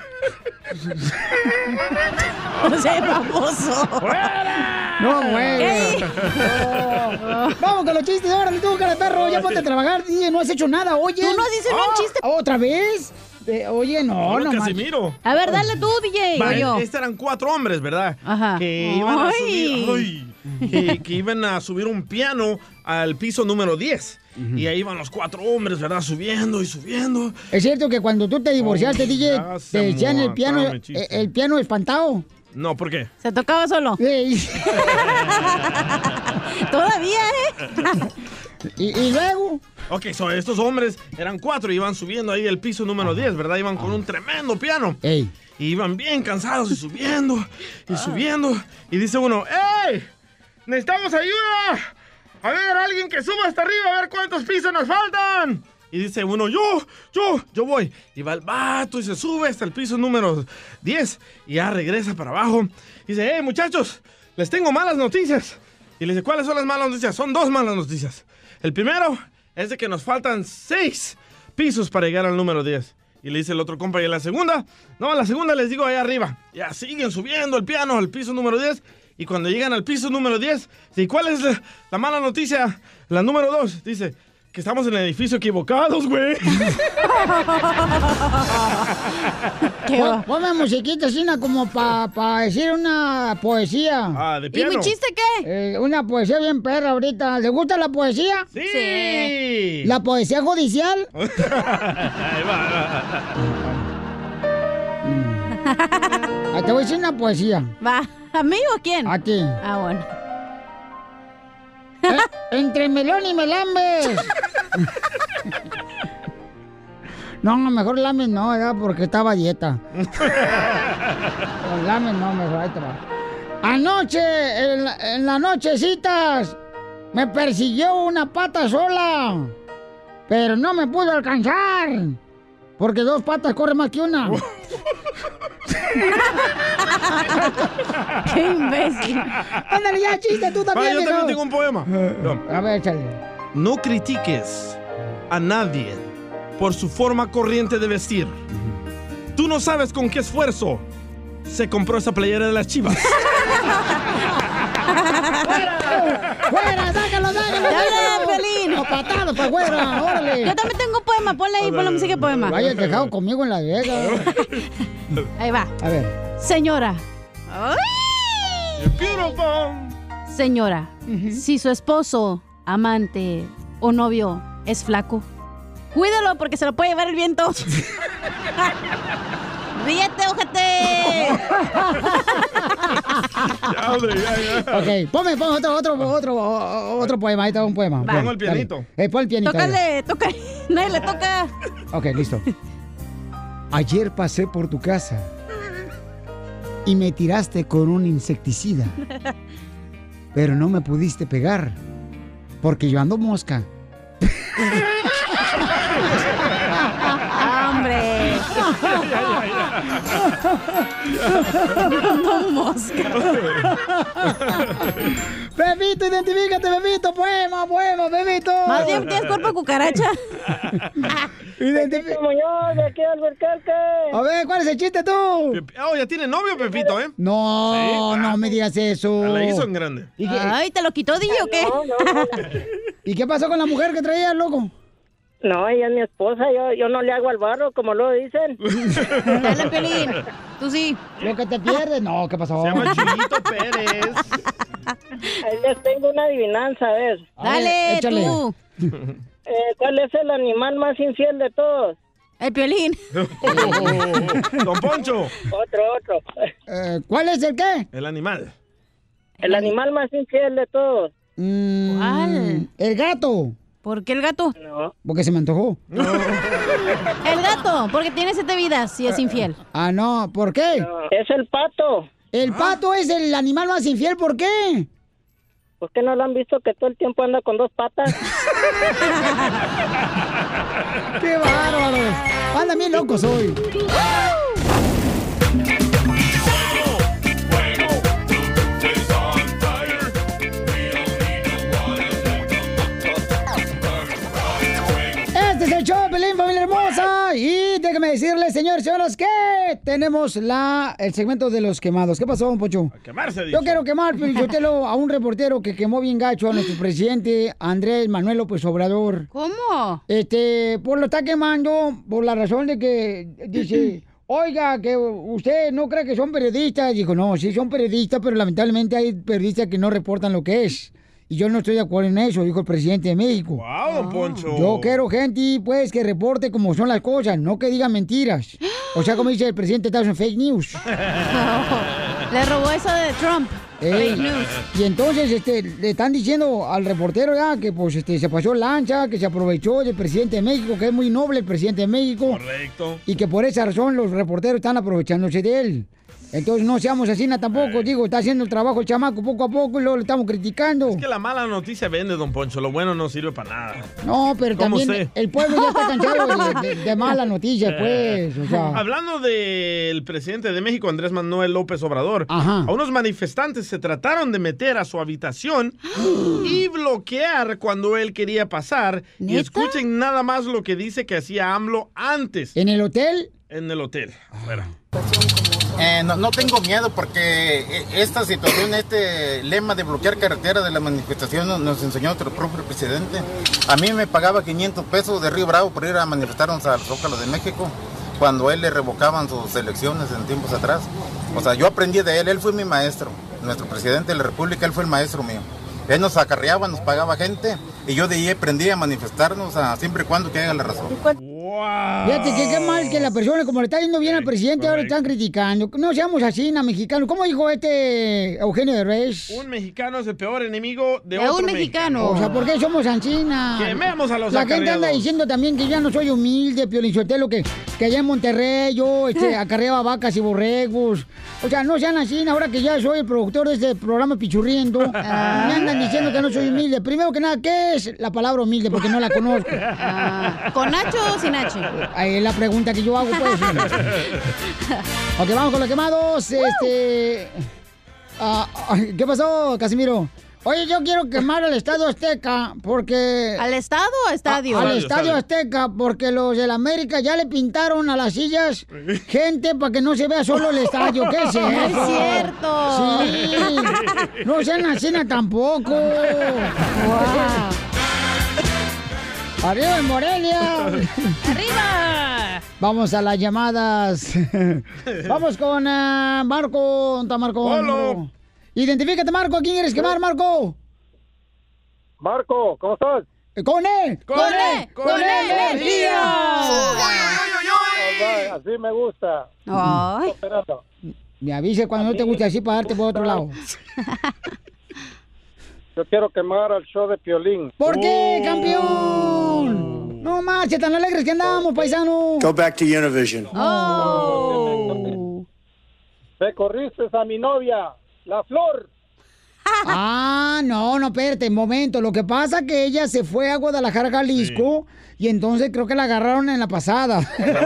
No sé, famoso. No, güey. ¿Qué? No. Vamos con los chistes, órale tú, cara de perro. Ya ponte a trabajar, D J, no has hecho nada, oye. Tú no has dicho ni un chiste. ¿Otra vez? Eh, oye, no, Hola, no manches. Casimiro. A ver, dale tú, D J. Va, o yo. Estos eran cuatro hombres, ¿verdad? Ajá. Que iban a Ay. subir, ay, que, que iban a subir un piano al piso número diez. Y ahí iban los cuatro hombres, ¿verdad? Subiendo y subiendo. ¿Es cierto que cuando tú te divorciaste, Oh, D ya J, se te decían el mo- piano, acaba mi eh, chiste. el piano espantado? No, ¿por qué? Se tocaba solo. Sí. Todavía, ¿eh? ¿Y, y luego? Ok, so estos hombres eran cuatro y iban subiendo ahí el piso número diez, ¿verdad? Iban con un tremendo piano. Ey. Y iban bien cansados y subiendo y subiendo. Y dice uno, ¡Ey! ¡Necesitamos ayuda! A ver, alguien que suba hasta arriba a ver cuántos pisos nos faltan. Y dice uno, yo, yo, yo voy. Y va el vato y se sube hasta el piso número diez. Y ya regresa para abajo. Y dice, hey, muchachos, les tengo malas noticias. Y le dice, ¿cuáles son las malas noticias? Son dos malas noticias. El primero es de que nos faltan seis pisos para llegar al número diez. Y le dice el otro compa, ¿y la segunda? No, la segunda les digo allá arriba. Ya siguen subiendo el piano al piso número diez. Y cuando llegan al piso número diez, ¿y cuál es la, la mala noticia? La número dos, dice que estamos en el edificio equivocados, güey. Pon- Ponme musiquita, Sina, como para pa decir una poesía. Ah, de ¿Y piano. mi chiste qué? Eh, una poesía bien perra ahorita. ¿Le gusta la poesía? Sí. Sí. ¿La poesía judicial? Ahí va, ahí va. Ah, te voy a decir una poesía. Va. ¿A mí o a quién? A ti. Ah, bueno. Eh, entre melón y melambes. No, mejor lames no, ¿verdad? Porque estaba a dieta. Con lames no, mejor ahí te va. Anoche, en, la- en las nochecitas, me persiguió una pata sola. Pero no me pudo alcanzar. Porque dos patas corren más que una. ¡Qué imbécil! Ándale ya, chiste, tú Va, también, yo viejo. también tengo un poema. No. A ver, échale. No critiques a nadie por su forma corriente de vestir. Tú no sabes con qué esfuerzo se compró esa playera de las Chivas. ¡Fuera! ¡Sácalo, sácalo! ¡Dale, sácalo! Pelín! ¡No, patado para afuera! ¡Órale! Yo también tengo un poema. Ponle ahí, ponle música de poema. Vaya dejado conmigo en Las Vegas. Ahí va. A ver. Señora. Beautiful. Señora, si su esposo, amante o novio es flaco, cuídalo porque se lo puede llevar el viento. ¡Ríete, ojete! Ya, hombre, ya, ya. Ok, ponme, ponme otro, otro, otro, o- otro poema. Ahí está un poema. Va. Pongo el pianito. Dale. Eh, pon el pianito. ahí. Tócale, toca. Nadie le toca. Ok, listo. Ayer pasé por tu casa y me tiraste con un insecticida, pero no me pudiste pegar porque yo ando mosca. ¡Hombre! No, mosca. Bebito, identifícate, Bebito. Poema, poema, Bebito. Más bien tienes cuerpo de cucaracha. Identifi- Como yo, de aquí al Albuquerque. A ver, ¿cuál es el chiste tú? Oh, ya tiene novio, Pepito, ¿eh? No, Sí, no ah, me digas eso. La hizo en grande. ¿Y qué, Ay, ¿te lo quitó, Di, o qué? No, no, ¿Y qué pasó con la mujer que traía, loco? no, ella es mi esposa, yo, yo no le hago al barro, como lo dicen. Dale, Pelín. Tú sí. Lo que te pierdes. No, ¿qué pasó? Se llama Chuyito Pérez. Ahí les tengo una adivinanza, a ver. Dale, échale. tú. Eh, ¿Cuál es el animal más infiel de todos? El Piolín. Don Poncho. Otro, otro. Eh, ¿Cuál es el qué? El animal. El animal más infiel de todos. Mm, ¿Cuál? El gato. ¿Por qué el gato? No. Porque se me antojó. El gato, porque tiene siete vidas y es infiel. Ah, no. ¿Por qué? No. Es el pato. El pato es el animal más infiel. ¿Por qué? ¿Por qué no lo han visto que todo el tiempo anda con dos patas? ¡Qué bárbaros! Andan bien locos hoy. Este es el show, Pelín, familia hermosa. Y déjame decirles, señores y señoras, que tenemos la, el segmento de los quemados. ¿Qué pasó, don Pocho? Quemarse, Yo quiero quemar, Pelichotelo, a un reportero que quemó bien gacho a nuestro presidente Andrés Manuel López Obrador. ¿Cómo? Este, pues lo está quemando por la razón de que dice, oiga, que usted no cree que son periodistas. Dijo, no, sí son periodistas, pero lamentablemente hay periodistas que no reportan lo que es. Y yo no estoy de acuerdo en eso, dijo el presidente de México. ¡Wow, don Poncho! Yo quiero gente, pues, que reporte como son las cosas, no que diga mentiras. O sea, como dice el presidente, estás en fake news. Le robó eso de Trump. Ey, Fake news. Y entonces este, le están diciendo al reportero ya que pues este se pasó lancha, que se aprovechó del presidente de México, que es muy noble el presidente de México. Correcto. Y que por esa razón los reporteros están aprovechándose de él. Entonces no seamos así na, tampoco, digo, está haciendo el trabajo el chamaco poco a poco y luego lo estamos criticando. Es que la mala noticia vende, don Poncho. Lo bueno no sirve para nada. No, pero ¿Cómo también sé? el pueblo ya está cansado de, de, de malas noticias, pues. O sea. Hablando del presidente de México, Andrés Manuel López Obrador, Ajá. a unos manifestantes se trataron de meter a su habitación y bloquear cuando él quería pasar. ¿Neta? Y escuchen nada más lo que dice que hacía AMLO antes. ¿En el hotel? En el hotel, afuera. Eh, no, no tengo miedo porque esta situación, este lema de bloquear carretera de la manifestación nos, nos enseñó nuestro propio presidente. A mí me pagaba quinientos pesos de Río Bravo por ir a manifestarnos al Zócalo de México cuando a él le revocaban sus elecciones en tiempos atrás. O sea, yo aprendí de él, él fue mi maestro. Nuestro presidente de la República, él fue el maestro mío. Él nos acarreaba, nos pagaba gente y yo de ahí aprendí a manifestarnos a, siempre y cuando que haya la razón. Fíjate que qué mal que la persona, como le está yendo bien al presidente, ahora están criticando. No seamos así, na mexicanos. ¿Cómo dijo este Eugenio Derbez? Un mexicano es el peor enemigo de, De otro un mexicano. O sea, ¿por qué somos anchina? Quememos a los La gente anda acarreados. diciendo también que ya no soy humilde, Piolinsotelo, que, que allá en Monterrey yo este, acarreaba vacas y borregos. O sea, no sean así, ahora que ya soy el productor de este programa Pichurriendo, Ah. me andan diciendo que no soy humilde. Primero que nada, ¿qué es la palabra humilde? Porque no la conozco. Ah, ¿con H o sin H? Ahí es la pregunta que yo hago, pues. Ok, vamos con los quemados. Este. ah, ah, ¿Qué pasó, Casimiro? Oye, yo quiero quemar al Estadio Azteca porque... ¿Al Estado o estadio? A- al Estadio, Estadio Azteca, porque los del América ya le pintaron a las sillas gente para que no se vea solo el estadio. ¿Qué es eso? Es cierto. Sí. No sean así tampoco. ¡Arriba en Morelia! ¡Arriba! Vamos a las llamadas. Vamos con uh, Marco. ¿Dónde está Marco? Hola. Identifícate, Marco. ¿A quién quieres quemar, Marco? Marco, ¿cómo estás? ¡Con él! ¡Con él! ¡Con él! ¡Energía! Alright, así me gusta. Ay. Esperando. Me avise cuando no te guste así para darte por otro lado. Yo quiero quemar al show de Piolín. ¿Por qué, campeón? No marches, tan alegres que andamos, paisano. Go back to Univision. Oh. Te corriste a mi novia, la Flor. Ah, no, no, espérate, un momento. Lo que pasa es que ella se fue a Guadalajara, Jalisco, y entonces creo que la agarraron en la pasada.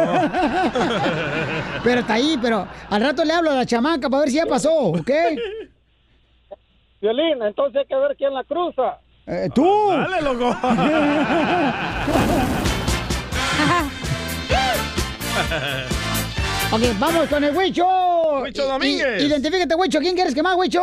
Pero está ahí, pero al rato le hablo a la chamaca para ver si ya pasó, ¿ok? Piolín, entonces hay que ver quién la cruza. Eh, ¡Tú! ¡Dale, loco! Ok, vamos con el Huicho. Huicho Domínguez. I- Identifícate, Huicho. ¿Quién quieres quemar, Huicho?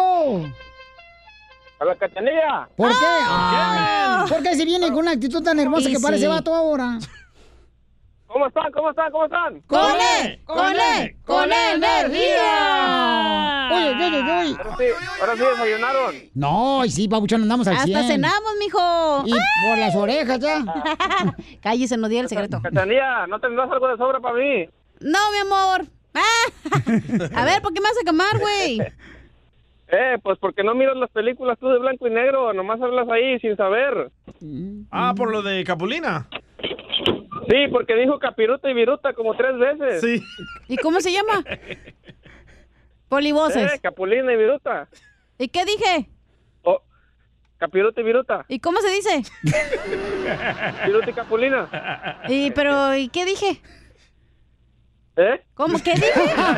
A la Cachanilla. ¿Por qué? Ah, Ay, ¿por qué si viene con una actitud tan hermosa Sí, que parece sí. vato ahora? ¿Cómo están? ¿Cómo están? ¿Cómo están? ¡Con él! ¡Con él! ¡Con él, energía! Oye, yo, ay, ay. Ahora sí, ahora sí desayunaron. No, y sí, papuchón, andamos al cien. Hasta cenamos, mijo. Y por las orejas ya. Cállese, no diga el secreto. Cachanilla, ¿no tendrás algo de sobra para mí? No, mi amor. Ah. A ver, ¿por qué me vas a quemar, güey? Eh, pues porque no miras las películas tú de blanco y negro, nomás hablas ahí sin saber. Ah, por lo de Capulina. Sí, porque dijo capiruta y viruta como tres veces. Sí. ¿Y cómo se llama? Polivoces. Eh, Capulina y viruta. ¿Y qué dije? Oh, capiruta y viruta. ¿Y cómo se dice? Viruta y Capulina. ¿Y pero y qué dije? ¿Eh? ¿Cómo que dije?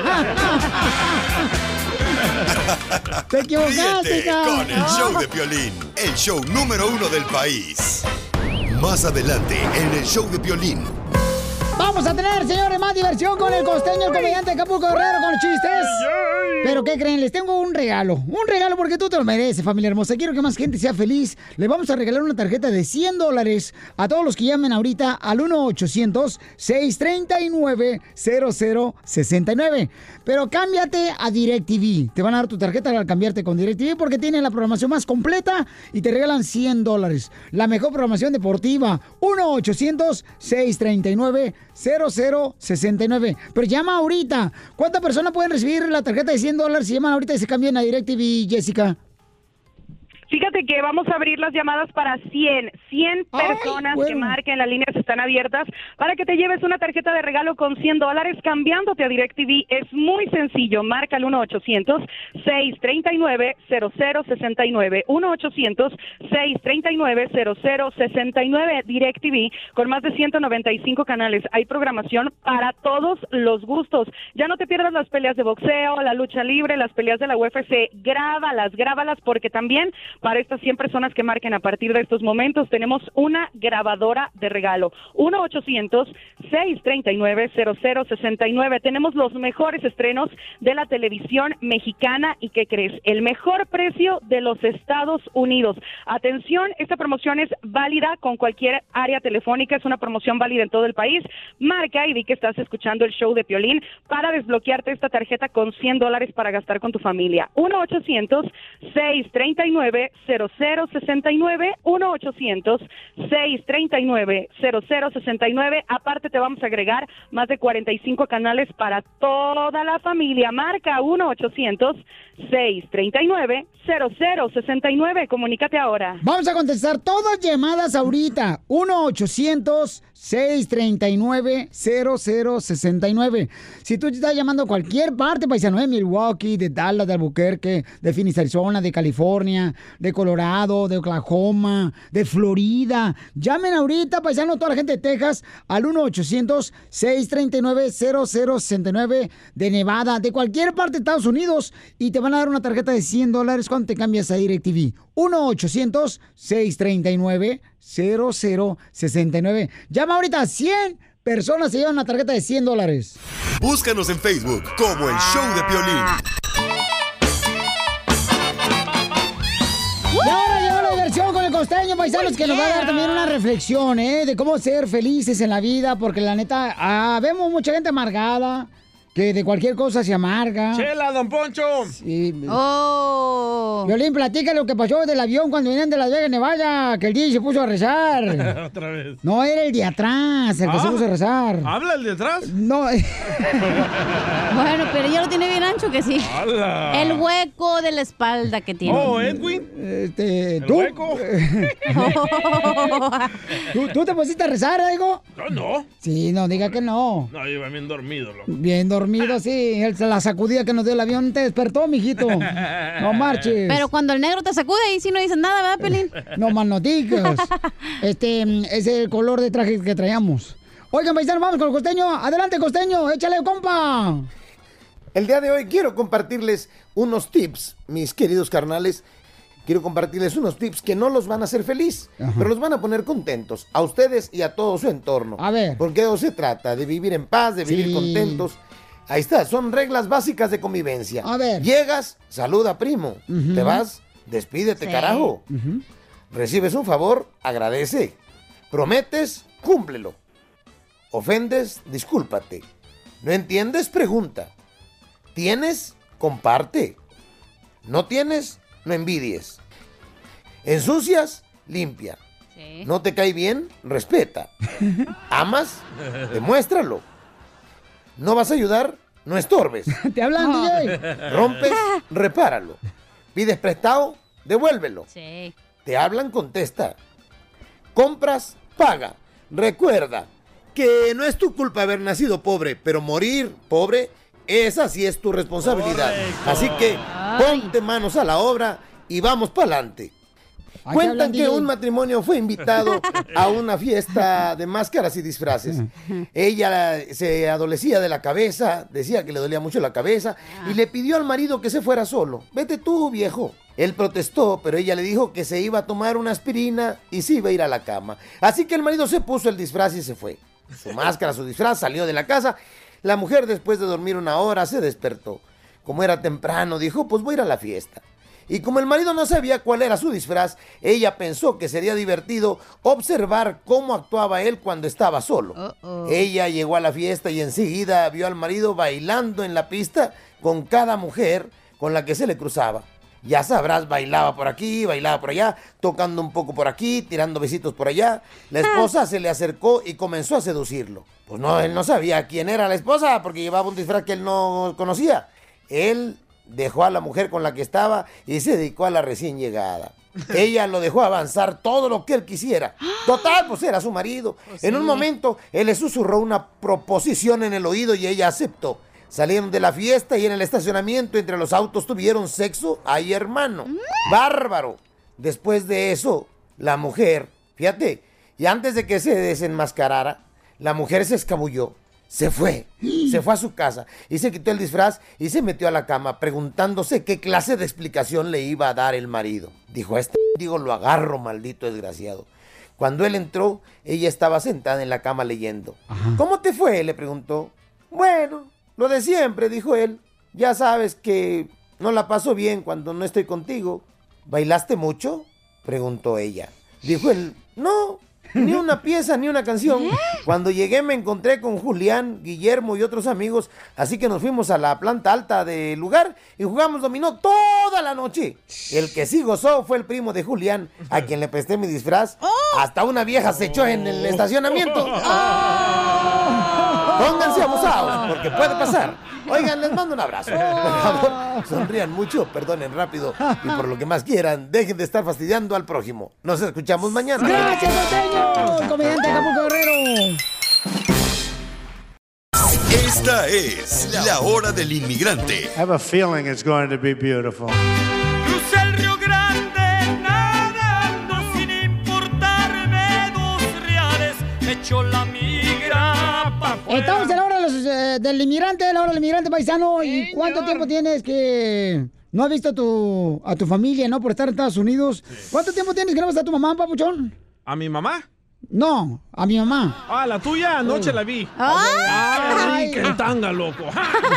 ¡Te equivocaste, Ríete hija! con el show de Piolín, el show número uno del país. Más adelante en el show de Piolín. Vamos a tener, señores, más diversión con el costeño, el comediante de Acapulco Guerrero, con los chistes. Pero, ¿qué creen? Les tengo un regalo. Un regalo porque tú te lo mereces, familia hermosa. Quiero que más gente sea feliz. Le vamos a regalar una tarjeta de cien dólares a todos los que llamen ahorita al uno ochocientos, seiscientos treinta y nueve, cero cero sesenta y nueve. Pero cámbiate a DirecTV. Te van a dar tu tarjeta al cambiarte con DirecTV porque tienen la programación más completa y te regalan cien dólares. La mejor programación deportiva. uno ochocientos, seiscientos treinta y nueve, cero cero sesenta y nueve. Pero llama ahorita. ¿Cuántas personas pueden recibir la tarjeta de cien dólares si llaman ahorita y se cambian a DirecTV, Jessica? Fíjate que vamos a abrir las llamadas para cien, cien personas Ay, bueno. que marquen, las líneas están abiertas para que te lleves una tarjeta de regalo con cien dólares cambiándote a DirecTV. Es muy sencillo, marca el uno ochocientos, seiscientos treinta y nueve, cero cero sesenta y nueve, uno ochocientos, seiscientos treinta y nueve, cero cero sesenta y nueve. DirecTV con más de ciento noventa y cinco canales. Hay programación para todos los gustos. Ya no te pierdas las peleas de boxeo, la lucha libre, las peleas de la U F C. Grábalas, grábalas porque también para estas cien personas que marquen a partir de estos momentos, tenemos una grabadora de regalo. uno ochocientos, seiscientos treinta y nueve, cero cero sesenta y nueve. Tenemos los mejores estrenos de la televisión mexicana y ¿qué crees? El mejor precio de los Estados Unidos. Atención, esta promoción es válida con cualquier área telefónica, es una promoción válida en todo el país. Marca y di que estás escuchando el show de Piolín para desbloquearte esta tarjeta con cien dólares para gastar con tu familia. uno ochocientos, seiscientos treinta y nueve, cero cero sesenta y nueve, uno ochocientos, seiscientos treinta y nueve, cero cero sesenta y nueve. Aparte te vamos a agregar más de cuarenta y cinco canales para toda la familia. Marca uno ochocientos, seiscientos treinta y nueve, cero cero sesenta y nueve. Comunícate ahora. Vamos a contestar todas llamadas ahorita. uno ochocientos, seiscientos treinta y nueve, cero cero sesenta y nueve. Si tú te estás llamando a cualquier parte, paisano, de Milwaukee, de Dallas, de Albuquerque, de Phoenix, Arizona, de California, de Colorado, de Oklahoma, de Florida, llamen ahorita, paisano, toda la gente de Texas, al uno ochocientos, seiscientos treinta y nueve, cero cero sesenta y nueve, de Nevada, de cualquier parte de Estados Unidos, y te van a dar una tarjeta de cien dólares cuando te cambias a DirecTV. uno ochocientos, seiscientos treinta y nueve, cero cero sesenta y nueve. Llama ahorita a cien personas, se llevan una tarjeta de cien dólares. Búscanos en Facebook como El Show de Piolín. Y ahora llegó la diversión con el costeño, paisanos, que nos va a dar también una reflexión, ¿eh? De cómo ser felices en la vida, porque la neta, ah, vemos mucha gente amargada, que de cualquier cosa se amarga. ¡Chela, don Poncho! Sí. ¡Oh! Violín, platica lo que pasó del avión cuando venían de Las Vegas, Nevada, que el D J se puso a rezar. Otra vez. No, era el de atrás, el que Ah, se puso a rezar. ¿Habla el de atrás? No. Bueno, pero ya lo tiene bien ancho que sí. ¡Hala! El hueco de la espalda que tiene. Oh, Edwin. Este, ¿El ¿tú? hueco? ¿Tú, ¿Tú te pusiste a rezar, algo? No, no. Sí, no, diga que no. No, iba bien dormido, loco. Bien dormido, sí. Él, la sacudida que nos dio el avión te despertó, mijito. No marches. Pero cuando el negro te sacude, ahí sí no dices nada, ¿verdad, Pelín? No más no digas. Este, ese es el color de traje que traíamos. Oigan, paisanos, vamos con el costeño. Adelante, costeño, échale, compa. El día de hoy quiero compartirles unos tips, mis queridos carnales. Quiero compartirles unos tips que no los van a hacer feliz, Ajá. pero los van a poner contentos a ustedes y a todo su entorno. A ver. Porque de eso se trata, de vivir en paz, de vivir Sí. contentos. Ahí está, son reglas básicas de convivencia. A ver. Llegas, saluda, primo. Ujú. Te vas, despídete, Sí. carajo. Ujú. Recibes un favor, agradece. Prometes, cúmplelo. Ofendes, discúlpate. No entiendes, pregunta. Tienes, comparte. No tienes, no envidies. Ensucias, limpia. Sí. No te cae bien, respeta. ¿Amas? Demuéstralo. ¿No vas a ayudar? No estorbes. Te hablan, D J. ¿Rompes? Repáralo. ¿Pides prestado? Devuélvelo. Sí. ¿Te hablan? Contesta. ¿Compras? Paga. Recuerda que no es tu culpa haber nacido pobre, pero morir pobre, esa sí es tu responsabilidad. Correcto. Así que ponte manos a la obra y vamos para adelante. Cuentan que un matrimonio fue invitado a una fiesta de máscaras y disfraces. Ella se adolecía de la cabeza, decía que le dolía mucho la cabeza y le pidió al marido que se fuera solo. Vete tú, viejo. Él protestó, pero ella le dijo que se iba a tomar una aspirina y se iba a ir a la cama. Así que el marido se puso el disfraz y se fue. Su máscara, su disfraz, salió de la casa. La mujer, después de dormir una hora, se despertó. Como era temprano, dijo, pues voy a ir a la fiesta. Y como el marido no sabía cuál era su disfraz, ella pensó que sería divertido observar cómo actuaba él cuando estaba solo. Uh-oh. Ella llegó a la fiesta y enseguida vio al marido bailando en la pista con cada mujer con la que se le cruzaba. Ya sabrás, bailaba por aquí, bailaba por allá, tocando un poco por aquí, tirando besitos por allá. La esposa se le acercó y comenzó a seducirlo. Pues no, él no sabía quién era la esposa porque llevaba un disfraz que él no conocía. Él dejó a la mujer con la que estaba y se dedicó a la recién llegada. Ella lo dejó avanzar todo lo que él quisiera. Total, pues era su marido. Pues en sí. un momento, él le susurró una proposición en el oído y ella aceptó. Salieron de la fiesta y en el estacionamiento entre los autos tuvieron sexo. ¡Ay, hermano! ¡Bárbaro! Después de eso, la mujer, fíjate, y antes de que se desenmascarara, la mujer se escabulló. Se fue, se fue a su casa y se quitó el disfraz y se metió a la cama preguntándose qué clase de explicación le iba a dar el marido. Dijo, a este digo lo agarro, maldito desgraciado. Cuando él entró, ella estaba sentada en la cama leyendo. Ajá. ¿Cómo te fue?, le preguntó. Bueno, lo de siempre, dijo él. Ya sabes que no la paso bien cuando no estoy contigo. ¿Bailaste mucho?, preguntó ella. Dijo él, no. Ni una pieza, ni una canción. Cuando llegué me encontré con Julián, Guillermo y otros amigos, así que nos fuimos a la planta alta del lugar y jugamos dominó toda la noche. El que sí gozó fue el primo de Julián, a quien le presté mi disfraz. Hasta una vieja se echó en el estacionamiento. Pónganse abusados, porque puede pasar. Oigan, les mando un abrazo. Por favor, sonrían mucho, perdonen rápido y por lo que más quieran, dejen de estar fastidiando al prójimo. Nos escuchamos mañana. ¡Gracias, Norteño! Comediante Acapulco Guerrero. Esta es la hora del inmigrante. I have a feeling it's going to be beautiful. Crucé el Río Grande nadando sin importarme dos reales. Me echó la migra pa' afuera. Estamos en la hora de los, eh, del inmigrante, la hora del inmigrante paisano. ¿Y cuánto tiempo tienes que no has visto a tu, a tu familia, no? Por estar en Estados Unidos. Sí. ¿Cuánto tiempo tienes que no ves a tu mamá, papuchón? ¿A mi mamá? No, a mi mamá. Ah, la tuya anoche oh. la vi. ¡Ay, qué tanga, loco!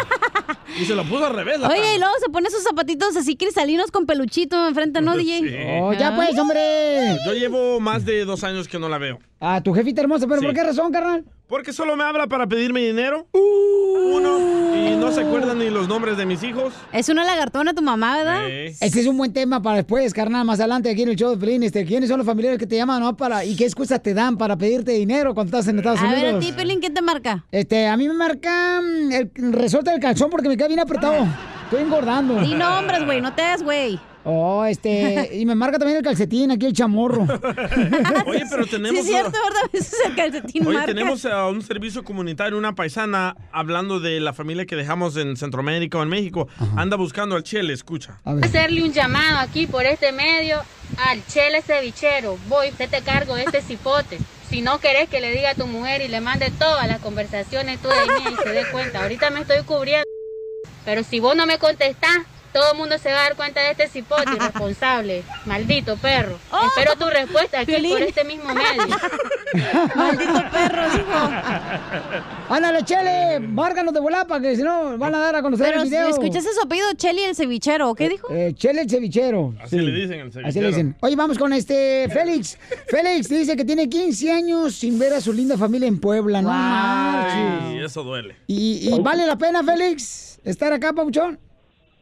Y se lo puso al revés. La Oye, tanga. y luego se pone esos zapatitos así cristalinos con peluchito enfrente, ¿no, D J? Sí. Oh, ya pues, hombre. Yo llevo más de dos años que no la veo. Ah, tu jefita hermosa, ¿pero sí. por qué razón, carnal? Porque solo me habla para pedirme dinero. Uh. Uno. Y no se acuerdan ni los nombres de mis hijos. Es una lagartona tu mamá, ¿verdad? Sí. Ese es un buen tema para después, carnal, más adelante aquí en el show de Pelín. Este, ¿quiénes son los familiares que te llaman, no? Para, ¿y qué excusas te dan para pedirte dinero cuando estás en Estados a Unidos? A ver, a ti, Pelín, ¿quién te marca? Este, a mí me marca el resorte del calzón porque me queda bien apretado. Estoy engordando. Di nombres, güey, no te das, güey. Oh, este, y me marca también el calcetín, aquí el chamorro. Oye, pero tenemos... Sí, es cierto, ¿verdad? Ese es el calcetín Oye, marca. tenemos uh, un servicio comunitario, una paisana, hablando de la familia que dejamos en Centroamérica o en México. Ajá. Anda buscando al Chele, escucha. A hacerle un llamado aquí por este medio al Chele cevichero. Voy, te te cargo de este cipote. Si no querés que le diga a tu mujer y le mande todas las conversaciones tuyas y mías y se dé cuenta. Ahorita me estoy cubriendo. Pero si vos no me contestás, todo el mundo se va a dar cuenta de este cipote irresponsable. Maldito perro. Oh, Espero tu respuesta aquí Pelín. Por este mismo medio. Maldito perro, hijo. Ándale, Chele, márganos de volada para que si no van a dar a conocer Pero el video. Pero escuchaste su apellido, Chele el cevichero, ¿qué dijo? Eh, eh, Chele el cevichero. Así sí. le dicen el cevichero. Así le dicen. Oye, vamos con este Félix. Félix dice que tiene quince años sin ver a su linda familia en Puebla. Wow. No manches. Y eso duele. ¿Y, y vale la pena, Félix, estar acá, papuchón?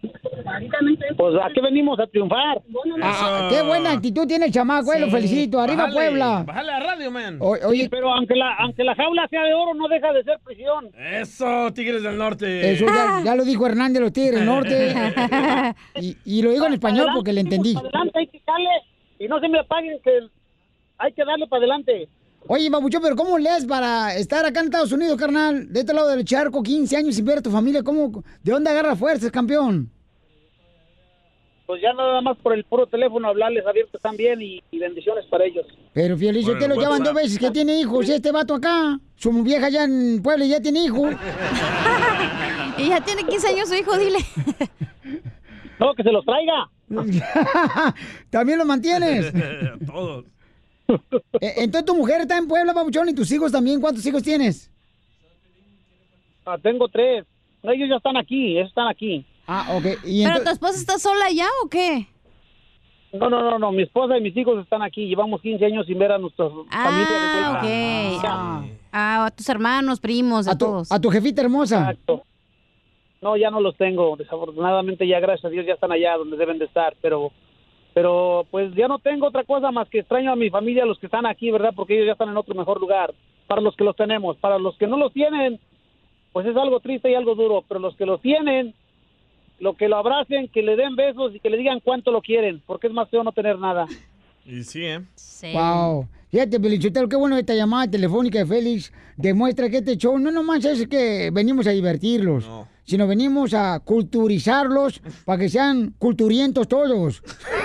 Pues ¿a qué venimos? A triunfar. Ah, qué buena actitud tiene el chamaco, eh, lo felicito. Arriba, Bájale, Puebla. Bájale a radio, man. O- oye, Sí, pero aunque la, aunque la jaula sea de oro, no deja de ser prisión. Eso, Tigres del Norte. eso ya, ya lo dijo Hernández de los Tigres del Norte. Y, y lo digo en español porque le entendí. Para adelante hay que darle y no se me apaguen que hay que darle para adelante. Oye, Babuchón, pero ¿cómo lees para estar acá en Estados Unidos, carnal? De este lado del charco, quince años sin ver a tu familia. ¿Cómo, ¿De dónde agarra fuerzas, campeón? Pues ya nada más por el puro teléfono hablarles abiertos también y, y bendiciones para ellos. Pero, Fielillo, Por te el lo llevan WhatsApp. dos veces que tiene hijos. Y este vato acá, su vieja ya en Puebla ya tiene hijos. Y ya tiene quince años su hijo, dile. No, que se los traiga. ¿También lo mantienes? Todos. Eh, Entonces tu mujer está en Puebla, Babuchón, y tus hijos también. ¿Cuántos hijos tienes? Ah, tengo tres. Ellos ya están aquí, ellos están aquí. Ah, ok. ¿Y ¿Pero ento- tu esposa está sola ya o qué? No, no, no, no, mi esposa y mis hijos están aquí. Llevamos quince años sin ver a nuestras familias de Ah, vuelta. ok. Ya. Ah, a tus hermanos, primos, a, a tu, todos. a tu jefita hermosa? Exacto. No, ya no los tengo. Desafortunadamente ya, gracias a Dios, ya están allá donde deben de estar. Pero, pero pues ya no tengo otra cosa más que extraño a mi familia, los que están aquí, ¿verdad? Porque ellos ya están en otro mejor lugar. Para los que los tenemos. Para los que no los tienen, pues es algo triste y algo duro. Pero los que los tienen, lo que lo abracen, que le den besos y que le digan cuánto lo quieren. Porque es más feo no tener nada. Y sí, ¿eh? Wow. Fíjate, Pelichotelo, qué bueno esta llamada telefónica de Félix. Demuestra que este show no nomás es que venimos a divertirlos, sino venimos a culturizarlos para que sean culturientos todos.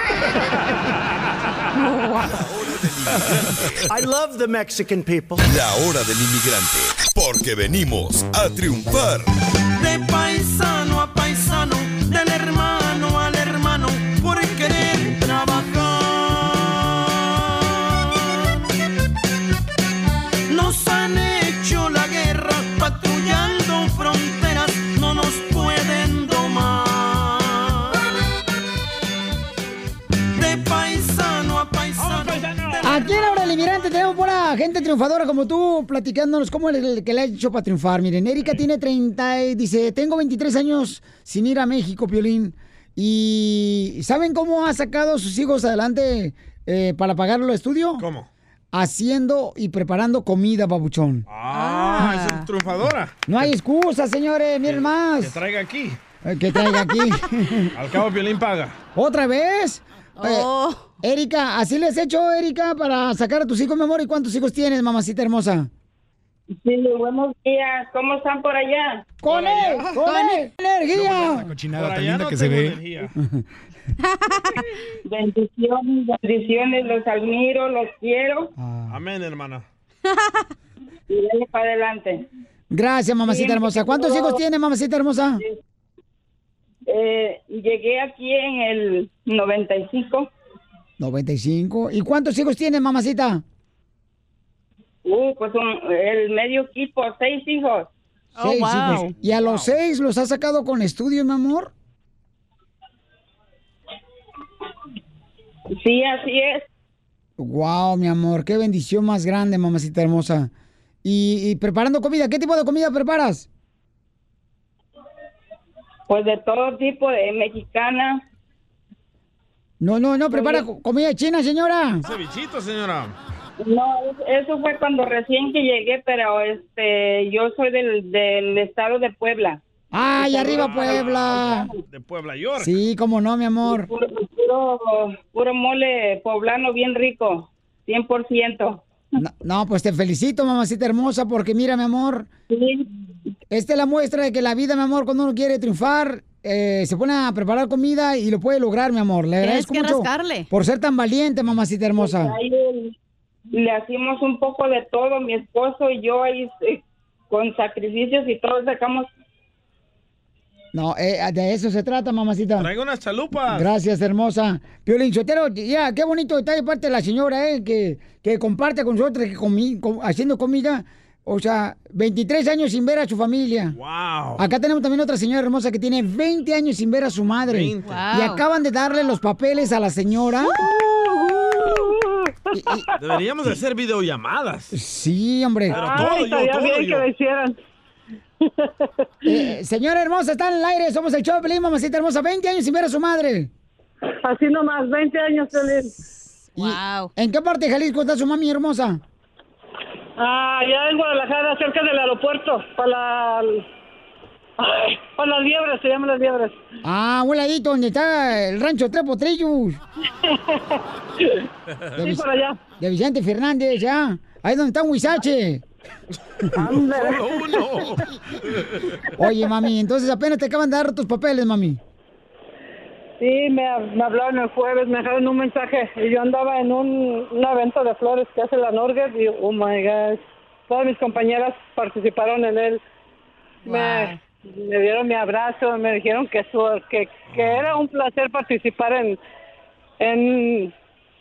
I love the Mexican people. La hora del inmigrante, porque venimos a triunfar. De paisano a paisano, del hermano al hermano, por querer trabajar. Nos han hecho la guerra, patrullando fronteras, no nos pueden domar. De paisano a paisano. Aquí en la hora del inmigrante tenemos pura gente triunfadora como tú, platicándonos cómo es que le ha hecho para triunfar. Miren, Erika tiene treinta y dice, tengo veintitrés años sin ir a México, Piolín. ¿Y saben cómo ha sacado a sus hijos adelante eh, para pagar el estudio? ¿Cómo? Haciendo y preparando comida, babuchón. Ah, esa es triunfadora. No hay excusa, señores, miren más. Que traiga aquí. Eh, Que traiga aquí. Al cabo, Piolín paga. ¿Otra vez? Oh. Eh, Erika, ¿así le has hecho, Erika, para sacar a tus hijos, mi amor? ¿Y cuántos hijos tienes, mamacita hermosa? Sí, buenos días. ¿Cómo están por allá? ¡Con él! ¡Con él! ¡Energía! La cochinada tan linda que se ve. Bendiciones, bendiciones. Los admiro, los quiero. Amén, hermana. Y denle para adelante. Gracias, mamacita Sí, hermosa. ¿Cuántos yo- hijos tiene, mamacita hermosa? Eh, llegué aquí en el noventa y cinco. noventa y cinco. ¿Y cuántos hijos tiene, mamacita? Uh, pues un- el medio equipo, seis hijos. Seis hijos. ¿Y a los seis los has sacado con estudio, mi amor? Sí, así es. Wow, mi amor, qué bendición más grande, mamacita hermosa. Y, y preparando comida, ¿qué tipo de comida preparas? Pues de todo tipo, de mexicana. No, no, no, prepara co- comida china, señora. Cevichito, señora. No, eso fue cuando recién que llegué, pero este, yo soy del, del estado de Puebla. ¡Ay, arriba Puebla! De Puebla, York. Sí, cómo no, mi amor. Puro, puro, puro mole poblano bien rico, cien por ciento. No, no, pues te felicito, mamacita hermosa, porque mira, mi amor, esta es la muestra de que la vida, mi amor, cuando uno quiere triunfar, eh, se pone a preparar comida y lo puede lograr, mi amor. Le Tienes agradezco que mucho rascarle. por ser tan valiente, mamacita hermosa. Ahí le hacemos un poco de todo, mi esposo y yo, ahí eh, con sacrificios y todo sacamos. No, eh, de eso se trata, mamacita. Traigo unas chalupas. Gracias, hermosa. Piolín Sotelo, ya, qué bonito detalle parte de la señora, ¿eh? Que, que comparte con nosotros, que comi, com- haciendo comida. O sea, veintitrés años sin ver a su familia. Wow. Acá tenemos también otra señora hermosa que tiene veinte años sin ver a su madre. veinte. Y Wow. acaban de darle los papeles a la señora. Deberíamos de hacer videollamadas. Sí, hombre. Pero todo yo, todo yo. Eh, señora hermosa, está en el aire, somos el show de Pelín, mamacita hermosa, veinte años sin ver a su madre. Así nomás, veinte años, Pelín. Wow. ¿En qué parte de Jalisco está su mami hermosa? Ah, ya en Guadalajara, cerca del aeropuerto, para la... Ay, para las Liebres, se llaman las Liebres. Ah, un ladito donde está el rancho Tres Potrillos. De, Sí, por allá. de Vicente Fernández, ya. Ahí donde está un huizache. Oye, mami, entonces apenas te acaban de dar tus papeles, mami. Sí, me, me hablaron el jueves, me dejaron un mensaje y yo andaba en un, una venta de flores que hace la Norger y, oh my gosh, todas mis compañeras participaron en él. Wow. Me, me dieron mi abrazo, me dijeron que, su, que, que era un placer participar en, en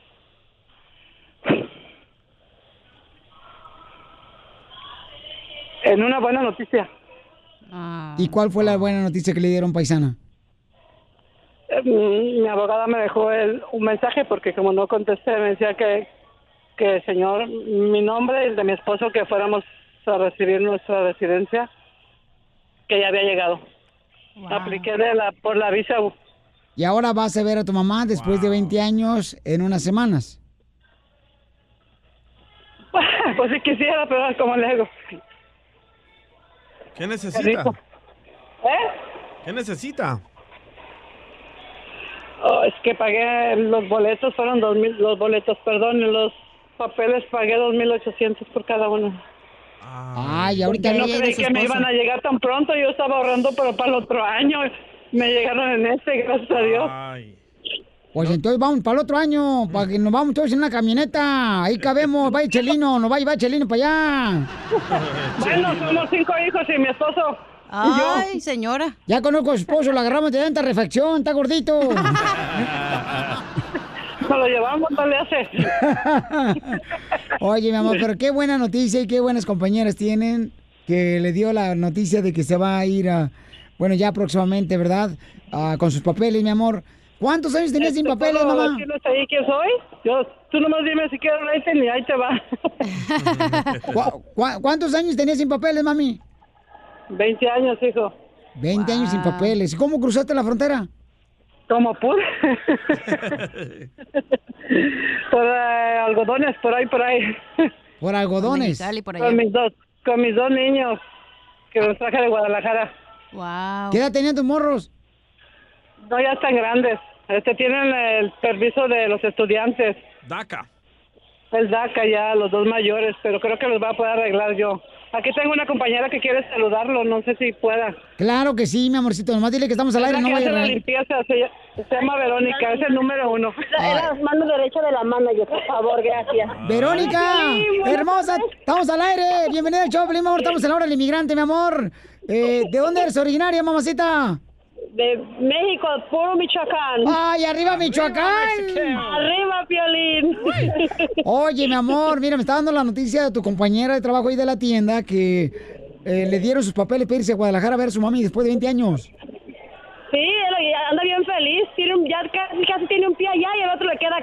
en una buena noticia. ¿Y cuál fue la buena noticia que le dieron, paisana? Eh, Mi abogada me dejó el, un mensaje porque como no contesté me decía que, que señor, mi nombre y el de mi esposo, que fuéramos a recibir nuestra residencia, que ya había llegado. Wow. Apliqué de la, por la visa. Y ahora vas a ver a tu mamá después de veinte años en unas semanas. Pues si quisiera, pero como le digo. ¿Qué necesita? ¿Eh? ¿Qué necesita? Oh, es que pagué los boletos, fueron dos mil, los boletos, perdón, y los papeles pagué dos mil ochocientos por cada uno. Ay, ahorita Porque no le llega creí su que me esposo. iban a llegar tan pronto, yo estaba ahorrando pero para el otro año, me llegaron en este, gracias a Dios. Pues entonces vamos para el otro año, para que nos vamos todos en una camioneta. Ahí cabemos, va a ir Chelino, nos va a llevar Chelino para allá. Bueno, somos cinco hijos y mi esposo. Ay, señora. Ya conozco a su esposo, lo agarramos de tanta refacción, está gordito. Nos lo llevamos, no le hace. Oye, mi amor, pero qué buena noticia y qué buenas compañeras tienen que le dio la noticia de que se va a ir a, bueno, ya próximamente, ¿verdad? Ah, con sus papeles, mi amor. ¿Cuántos años tenías sin Este, papeles, ¿puedo mamá? decirles ahí quién soy? Yo, tú nomás dime si quieres rating y ahí te va. ¿Cu- cu- ¿Cuántos años tenías sin papeles, mami? veinte años, hijo. veinte años sin papeles. ¿Cómo cruzaste la frontera? Como pude. Por eh, algodones, por ahí, por ahí. Por algodones. Con mis dos, con mis dos niños que los traje de Guadalajara. Wow. ¿Qué edad tenían tus morros? No, ya están grandes. Este tienen el permiso de los estudiantes. DACA. El DACA ya, los dos mayores, pero creo que los va a poder arreglar yo. Aquí tengo una compañera que quiere saludarlo, no sé si pueda. Claro que sí, mi amorcito. Nomás dile que estamos al Es aire, la no que vaya hace a la reír. limpieza, se, se llama Verónica, es el número uno. Ay. Es la mano derecha de la manager, por favor, gracias. Verónica, Sí, buenas hermosa, tardes. estamos al aire. Bienvenida al show, Pelín, mi amor. Estamos en la hora del inmigrante, mi amor. Eh, ¿De dónde eres originaria, mamacita? De México, puro Michoacán. ¡Ay, arriba Michoacán! Arriba, Piolín. Oye, mi amor, mira, me está dando la noticia de tu compañera de trabajo ahí de la tienda que eh, le dieron sus papeles para irse a Guadalajara a ver a su mami después de veinte años. Sí, él anda bien feliz, tiene un, ya casi, casi tiene un pie allá y el otro le queda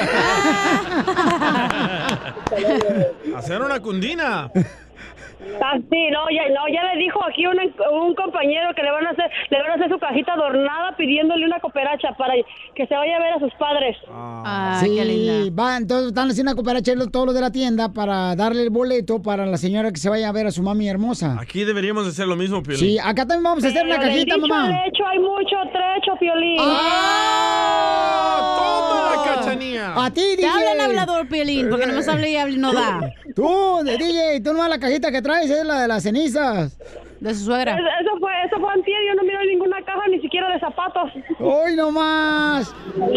aquí. Hacer una cundina. Ah, sí, no, ya, no, ya le dijo aquí un, un compañero que le van a hacer, le van a hacer su cajita adornada pidiéndole una cooperacha para que se vaya a ver a sus padres. Ah, sí, qué linda. va, entonces están haciendo una cooperacha todos los de la tienda para darle el boleto para la señora que se vaya a ver a su mami hermosa. Aquí deberíamos de hacer lo mismo, Piolín. Sí, acá también vamos a hacer una Pero del cajita, dicho mamá. al hecho hay mucho trecho, Piolín. ¡Ah! ¡Toma la cachanía! A ti, D Te J. habla el hablador, Piolín, porque no me habla y habla y no da. Tú, D J, tú nomás la cajita que traes es la de las cenizas. De su suegra. Eso, eso fue, eso fue antier, yo no miro ninguna caja, ni siquiera de zapatos. ¡Hoy no más!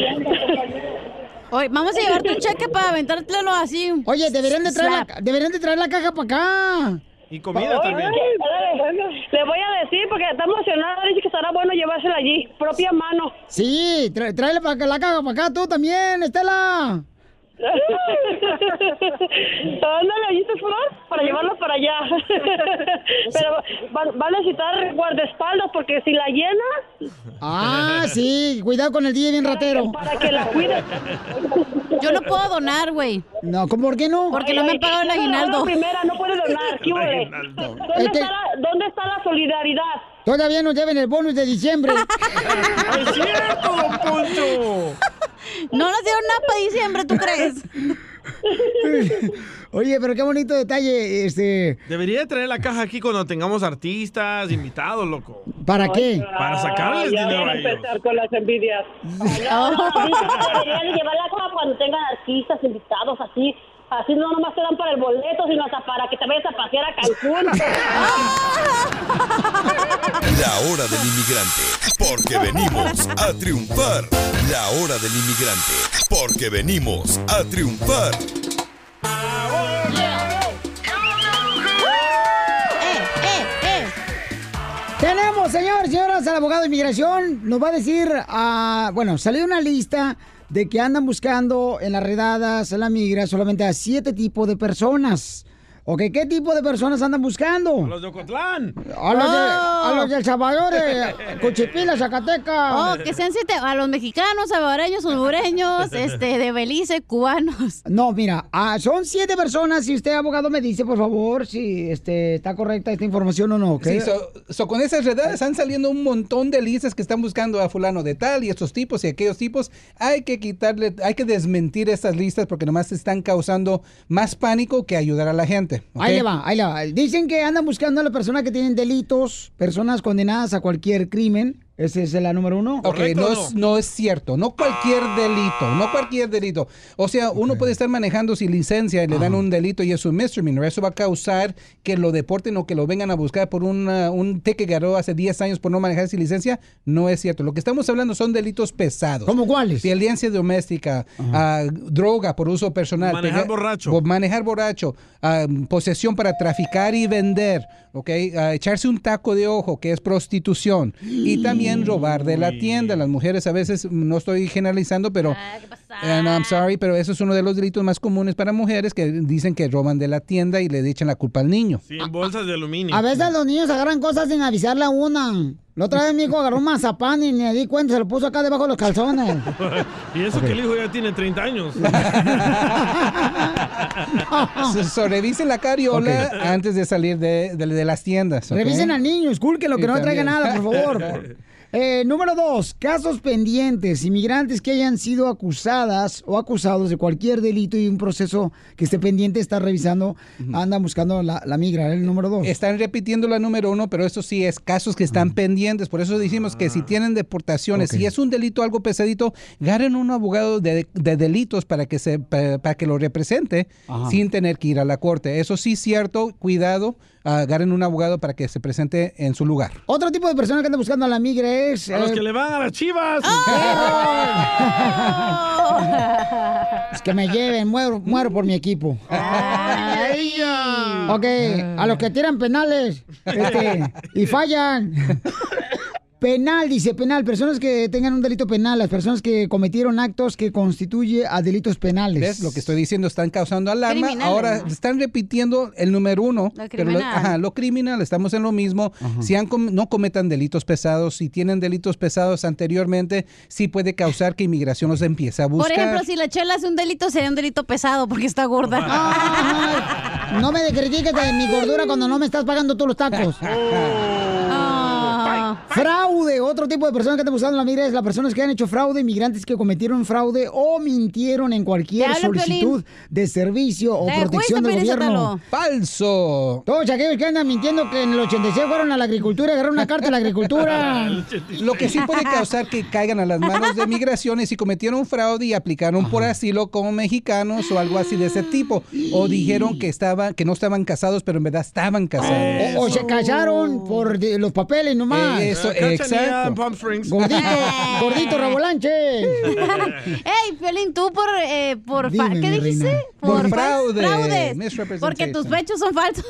Oye, vamos a llevarte un cheque para aventártelo así. Oye, deberían de traer, Slap. la, deberían de traer la caja para acá. Y comida Ay, también. Le voy a decir porque está emocionada, dice que estará bueno llevársela allí, propia mano. Sí, tra- tráele para la caja para acá, tú también, Estela. ¿Dónde le diste, Flor? Para llevarlo para allá. Pero va, va a necesitar guardaespaldas porque si la llena... Ah, sí, cuidado con el D J bien ratero. Para que la cuide. Yo no puedo donar, güey. No, ¿cómo, ¿por qué no? Porque no me han pagado el Esa es la aguinaldo. primera, no puede donar. ¿Qué huele? ¿Dónde, Es que- está la, ¿Dónde está la solidaridad. Todavía nos deben el bonus de diciembre. ¡Es cierto, don Poncho! No nos dieron nada para diciembre, ¿tú crees? Oye, pero qué bonito detalle, este... Debería traer la caja aquí cuando tengamos artistas, invitados, loco. ¿Para qué? Para sacarles ya dinero van a a ellos. empezar con las envidias. No, debería de llevar la caja cuando tengan artistas invitados así. Así no nomás te dan para el boleto, sino hasta para que te vayas a pasear a Cancún. La hora del inmigrante, porque venimos a triunfar. La hora del inmigrante, porque venimos a triunfar. Tenemos, señores, señoras, al abogado de inmigración. Nos va a decir, ah, bueno, salió una lista de que andan buscando en las redadas, en la migra, solamente a siete tipos de personas. Ok, ¿qué tipo de personas andan buscando? A los de Ocotlán. A los, de, Oh. a los de El Salvador, de Cochipila, Zacatecas. Oh, que sean siete, a los mexicanos, salvadoreños, hondureños, este, de Belice, cubanos. No, mira, ah, son siete personas. Si usted, abogado, me dice, por favor, si este, está correcta esta información o no, ¿ok? Sí, so, so con esas redadas están saliendo un montón de listas que están buscando a fulano de tal y estos tipos y aquellos tipos. Hay que quitarle, hay que desmentir estas listas porque nomás están causando más pánico que ayudar a la gente. ¿Okay? Ahí le va, ahí le va. Dicen que andan buscando a las personas que tienen delitos, personas condenadas a cualquier crimen. Esa es la número uno. Ok, no es, no es cierto. No cualquier delito. No cualquier delito. O sea, uno puede estar manejando sin licencia y le dan un delito y es un misdemeanor. Eso va a causar que lo deporten o que lo vengan a buscar por una, un ticket que ganó hace diez años por no manejar sin licencia. No es cierto. Lo que estamos hablando son delitos pesados. ¿Cómo cuáles? Violencia doméstica, uh, droga por uso personal. Manejar pega- borracho. bo- Manejar borracho. Uh, posesión para traficar y vender. Ok, uh, echarse un taco de ojo, que es prostitución. Y también robar de la tienda. Las mujeres a veces, no estoy generalizando, pero and I'm sorry, pero eso es uno de los delitos más comunes para mujeres que dicen que roban de la tienda y le echan la culpa al niño. Sí, en bolsas de aluminio. A veces los niños agarran cosas sin avisarle a una. La otra vez mi hijo agarró un mazapán y me di cuenta, se lo puso acá debajo de los calzones. Y eso que el hijo ya tiene treinta años. So, so, revisen la carriola antes de salir de, de- de las tiendas. ¿ok? Revisen al niño, esculquen lo que Sí, no traiga también. nada, por favor. Eh, número dos, casos pendientes, inmigrantes que hayan sido acusadas o acusados de cualquier delito y un proceso que esté pendiente, está revisando, andan buscando la, la migra, el número dos. Están repitiendo la número uno, pero eso sí es casos que están pendientes. Por eso decimos que si tienen deportaciones, Ok. si es un delito algo pesadito, agarren un abogado de, de delitos para que se para, para que lo represente Ajá. sin tener que ir a la corte. Eso sí es cierto, cuidado, agarren un abogado para que se presente en su lugar. Otro tipo de persona que anda buscando a la migra es... A los eh, que le van a las chivas. Es que me lleven, muero, muero por mi equipo. Ay, ya. Ok, a los que tiran penales este, y fallan. Penal, dice penal, personas que tengan un delito penal, las personas que cometieron actos que constituye a delitos penales. ¿Ves? Lo que estoy diciendo, están causando alarma. Criminales, Ahora ¿no? están repitiendo el número uno. Lo pero criminal. ajá, lo criminal, estamos en lo mismo. Si han com- no cometan delitos pesados, si tienen delitos pesados anteriormente, sí puede causar que inmigración los empiece a buscar. Por ejemplo, si la Chela hace un delito, sería un delito pesado porque está gorda. Ay, no me critiques de mi gordura cuando no me estás pagando todos los tacos. Ah. Fraude, otro tipo de personas que están buscando la migra es las personas que han hecho fraude, inmigrantes que cometieron fraude o mintieron en cualquier Te hablo, solicitud Piolín. de servicio o Te protección fuiste, del Piolín, gobierno. Sotelo. ¡Falso! Todos aquellos que andan mintiendo que en el ochenta y seis fueron a la agricultura y agarraron una carta de la agricultura. Lo que sí puede causar que caigan a las manos de migración es si cometieron fraude y aplicaron por asilo como mexicanos o algo así de ese tipo. O dijeron que estaban, que no estaban casados, pero en verdad estaban casados. O, o se casaron por de- los papeles nomás. Eh, eso, Cachanilla, exacto. Palm Springs. Gordito, gordito Rabolanche. Ey, Piolín, tú por, eh, por fa- Dime, ¿qué mi dijiste? reina. Por fal- fraude, fraudes. misrepresentation. Porque tus pechos son falsos.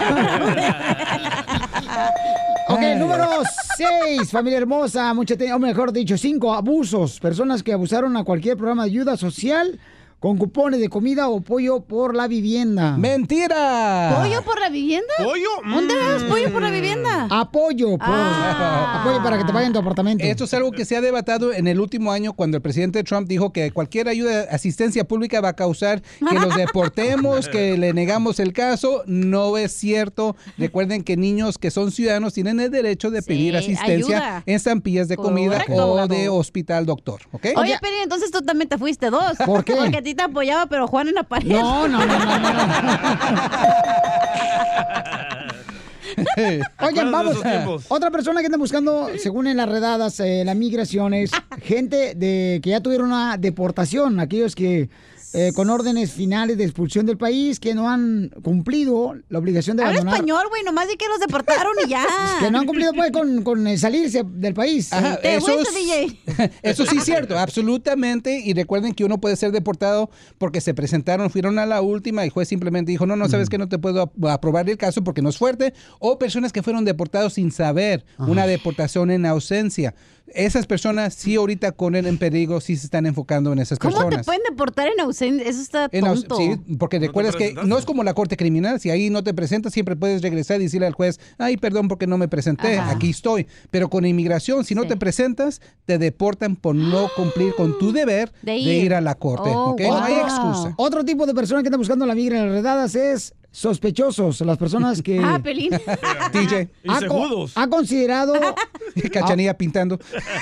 Ok, número seis, familia hermosa, mucha te- o mejor dicho, cinco, abusos. Personas que abusaron a cualquier programa de ayuda social con cupones de comida o pollo por la vivienda. ¡Mentira! ¿Pollo por la vivienda? ¿Pollo? ¿Dónde Mm. vemos pollo por la vivienda? Apoyo, por, Ah. apoyo para que te paguen tu apartamento. Esto es algo que se ha debatado en el último año cuando el presidente Trump dijo que cualquier ayuda de asistencia pública va a causar que los deportemos, que le negamos el caso. No es cierto. Recuerden que niños que son ciudadanos tienen el derecho de pedir asistencia ayuda. en estampillas de comida Correcto. o de hospital doctor. ¿Ok? Oye, Pelín, entonces tú también te fuiste dos. ¿Por qué? Porque a ti te apoyaba, pero Juan en la pared. No, no, no, no, no. Oigan, vamos. Otra persona que anda buscando, según en las redadas, eh, las migraciones, gente de que ya tuvieron una deportación, aquellos que eh, con órdenes finales de expulsión del país, que no han cumplido la obligación de Habla abandonar. español, güey, nomás di que los deportaron y ya. Que no han cumplido pues con, con eh, salirse del país. Ajá, Te eso, fuiste, es- D J. eso sí es cierto, absolutamente. Y recuerden que uno puede ser deportado porque se presentaron, fueron a la última y el juez simplemente dijo, no, no, sabes que no te puedo ap- aprobar el caso porque no es fuerte. O personas que fueron deportados sin saber, una deportación en ausencia. Esas personas sí ahorita corren en peligro, sí se están enfocando en esas ¿Cómo personas. te pueden deportar en ausencia? Eso está En aus- tonto. sí, porque recuerdas que no es como la corte criminal. Si ahí no te presentas, siempre puedes regresar y decirle al juez, ay, perdón porque no me presenté, Ajá. aquí estoy. Pero con inmigración, si no Sí. te presentas, te deportan por no cumplir con tu deber De de ir. ir, a la corte. Oh, ¿Ok? No hay Otro- excusa. Otro tipo de persona que está buscando la migra en las redadas es sospechosos, las personas que Ah, Pelín. D J, ha, co- ha considerado Cachanilla pintando.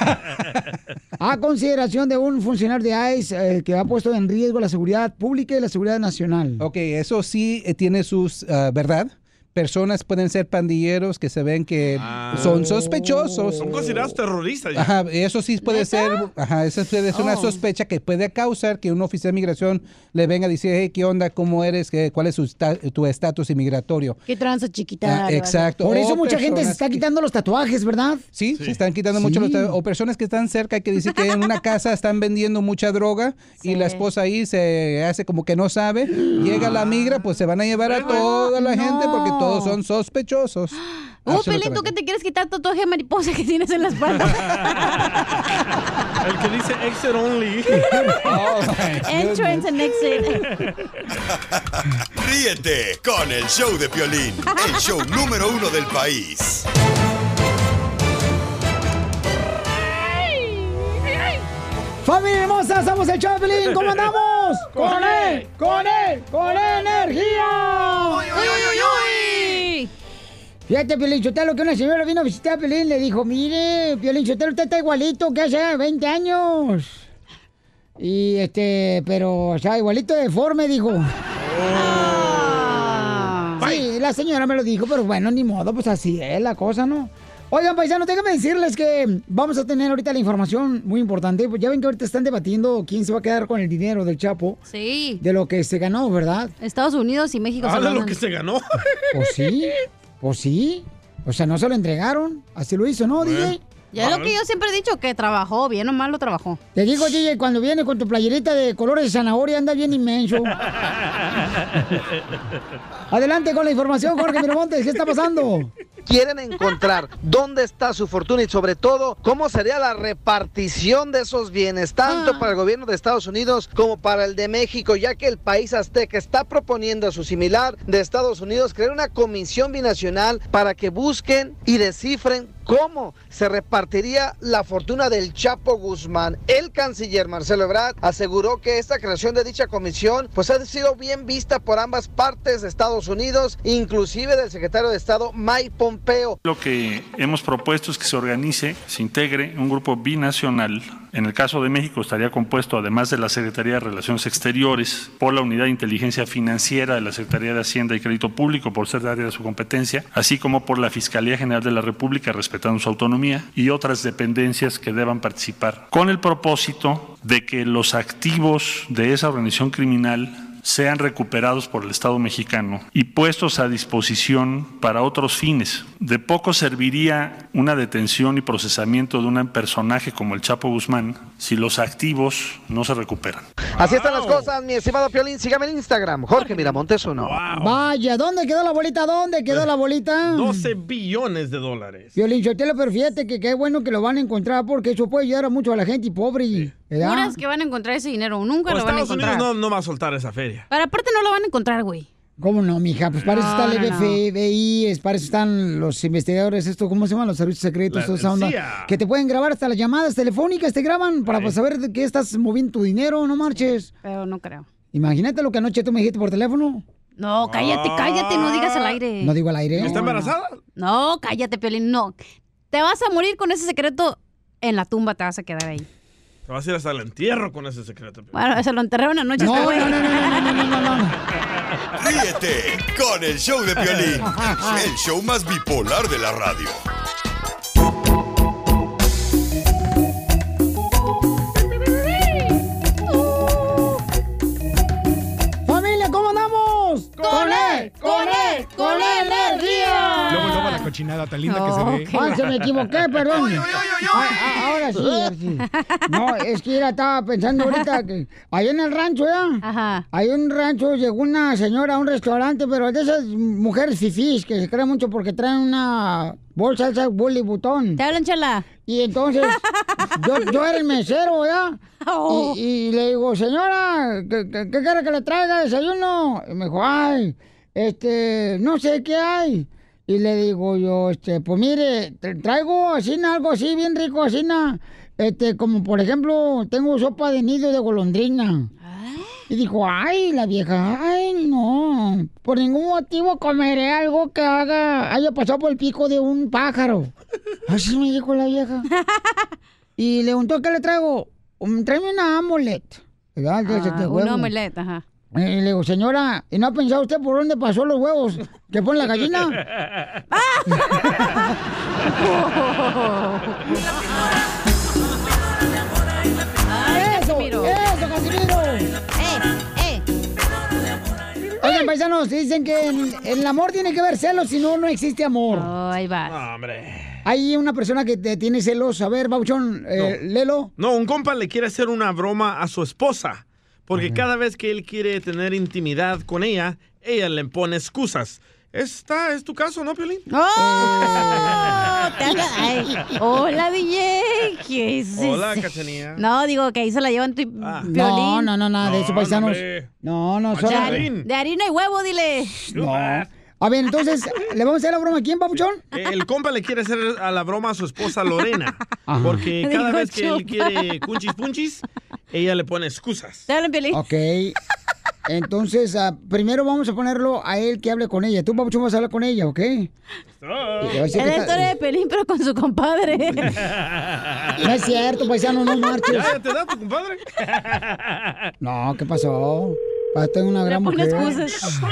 a consideración de un funcionario de ICE eh, que ha puesto en riesgo la seguridad pública y la seguridad nacional. Ok, eso sí eh, tiene sus, ah, ¿verdad? Personas pueden ser pandilleros que se ven que son sospechosos. Son considerados terroristas ya. Ajá, eso sí puede ser, ajá, eso puede ser una Oh. sospecha que puede causar que un oficial de migración le venga a decir, hey, ¿qué onda? ¿Cómo eres? ¿Qué- ¿Cuál es su esta- tu estatus inmigratorio? Qué tranza chiquita. Ah, exacto. Por eso O mucha gente se personas está que- quitando los tatuajes, ¿verdad? Sí, se están quitando Sí. mucho los ta- o personas que están cerca que dicen que en una casa están vendiendo mucha droga y la esposa ahí se hace como que no sabe, llega la migra, pues se van a llevar a toda la gente porque todos son sospechosos. Uh, Pelín, ¿tú que te quieres quitar tatuaje de mariposa que tienes en la espalda? El que dice exit only. Entrance and exit. Ríete con el show de Piolín, el show número uno del país. ¡Familia hermosa! ¡Somos el Choplin! ¿Cómo andamos? ¡Con él! ¡Con él! ¡Con energía! ¡Uy, uy, uy, uy! Fíjate, Piolín Sotelo, que una señora vino a visitar a Piolín, le dijo, mire, Piolín Sotelo, usted está igualito que hace veinte años. Y este, pero, o sea, igualito deforme, dijo. Sí, la señora me lo dijo, pero bueno, ni modo, pues así es la cosa, ¿no? Oigan, paisanos, déjenme decirles que vamos a tener ahorita la información muy importante. Pues ya ven que ahorita están debatiendo quién se va a quedar con el dinero del Chapo. Sí. De lo que se ganó, ¿verdad? Estados Unidos y México se Habla lo lo dan. que se ganó. Pues sí, pues sí. O sea, no se lo entregaron. Así lo hizo, ¿no, D J? Ya es lo que yo siempre he dicho, que trabajó, bien o mal lo trabajó. Te digo, D J, cuando vienes con tu playerita de colores de zanahoria, andas bien inmenso. Adelante con la información, Jorge Miramontes. ¿Qué está pasando? Quieren encontrar dónde está su fortuna y sobre todo cómo sería la repartición de esos bienes, tanto para el gobierno de Estados Unidos como para el de México, ya que el país azteca está proponiendo a su similar de Estados Unidos crear una comisión binacional para que busquen y descifren cómo se repartiría la fortuna del Chapo Guzmán. El canciller Marcelo Ebrard aseguró que esta creación de dicha comisión pues ha sido bien vista por ambas partes de Estados Unidos, inclusive del secretario de Estado Mike Pompeo. Lo que hemos propuesto es que se organice, se integre un grupo binacional. En el caso de México estaría compuesto, además de la Secretaría de Relaciones Exteriores, por la Unidad de Inteligencia Financiera de la Secretaría de Hacienda y Crédito Público, por ser de área de su competencia, así como por la Fiscalía General de la República, respetando su autonomía, y otras dependencias que deban participar, con el propósito de que los activos de esa organización criminal sean recuperados por el Estado mexicano y puestos a disposición para otros fines, De poco serviría una detención y procesamiento de un personaje como el Chapo Guzmán si los activos no se recuperan. Así están las cosas, mi estimado Piolín. Sígame en Instagram, Jorge Miramontes uno. Wow. Vaya, ¿dónde quedó la bolita? ¿Dónde quedó la bolita? doce billones de dólares. Piolín Sotelo, pero fíjate que qué bueno que lo van a encontrar porque eso puede ayudar a mucho a la gente pobre. ¿verdad? Juras que van a encontrar ese dinero, nunca O lo van a Estados encontrar. Unidos no, no va a soltar esa feria. Pero aparte no lo van a encontrar, güey. ¿Cómo no, mija? Pues para eso No, está el no, F B I, es para eso están los investigadores, esto, ¿cómo se llaman? Los servicios secretos, La- toda esa onda. C I A. Que te pueden grabar hasta las llamadas telefónicas, te graban para pues, saber de qué estás moviendo tu dinero, no marches. Pero no creo. Imagínate lo que anoche tú me dijiste por teléfono. No, cállate, cállate, no digas al aire. No digo al aire. ¿Está embarazada? No, cállate, Piolín, no. Te vas a morir con ese secreto en la tumba, te vas a quedar ahí. Te vas a ir hasta el entierro con ese secreto. Bueno, se lo enterraron anoche. No, este güey. no, no, no, no, no, no, no. Ríete con el show de Piolín, el show más bipolar de la radio. ¡Familia, ¿cómo andamos? ¡Con él! ¡Con él! ¡Con energía! Luego, luego la cochinada tan linda que se ve. Ah, se me equivoqué, perdón. Ah, ah, ahora sí, ahora sí. No, es que ya estaba pensando ahorita que ahí en el rancho, ¿ya? Ajá. Ahí en un rancho llegó una señora a un restaurante, pero de esas mujeres fifís que se creen mucho porque traen una bolsa esa Bully Butón. Te hablan, chala. Y entonces, yo, yo era el mesero, ¿ya? Oh. Y, y le digo, señora, ¿qué, qué, qué quiere que le traiga desayuno? Y me dijo, ay, este, no sé qué hay. Y le digo yo, este, pues mire, tra- traigo así, algo así, bien rico, así, na, este, como por ejemplo, tengo sopa de nido de golondrina. Y dijo, ay, la vieja, ay, no, por ningún motivo comeré algo que haga, haya pasado por el pico de un pájaro. Así me dijo la vieja. Y le preguntó, ¿qué le traigo? Um, tráeme una omelette. ¿Verdad? De ese de Ah, un huevo. omelette, ajá. Y le digo, señora, ¿y no ha pensado usted por dónde pasó los huevos que pone la gallina? ¡Eso! ¡Eso, Casimiro! ¡Eh, Oigan, paisanos, dicen que en, en el amor tiene que haber celos, si no, no existe amor. Oh, ahí va. No, hombre. Hay una persona que te tiene celos. A ver, Bauchón, eh, léelo. No, un compa le quiere hacer una broma a su esposa. Porque cada vez que él quiere tener intimidad con ella, ella le pone excusas. Esta es tu caso, ¿no, Piolín? ¡Oh! Te habla- ay, hola, D J. ¿Qué es Hola, ese? Cachanilla. No, digo que ahí se la llevan tu Ah. Piolín. No, no, no, nada de No, eso, paisanos. no, hombre. No, no, Mancha solo... de harina. De harina y huevo, dile. No. A ver, entonces, ¿le vamos a hacer la broma a quién, Papuchón? Eh, El compa le quiere hacer a la broma a su esposa Lorena. Ajá. Porque cada Dijo vez que él chupa. quiere punchis punchis, ella le pone excusas. Te hablan, Piolín. Ok. Entonces, ah, primero vamos a ponerlo a él que hable con ella. Tú, Papuchón, vas a hablar con ella, ¿ok? Y le va a decir Es que la está- historia de Pelín, pero con su compadre. No es cierto, paisano, no marches. ¿Ya te da tu compadre? No, ¿qué pasó? Pa- Tengo una gran Le pone mujer. excusas.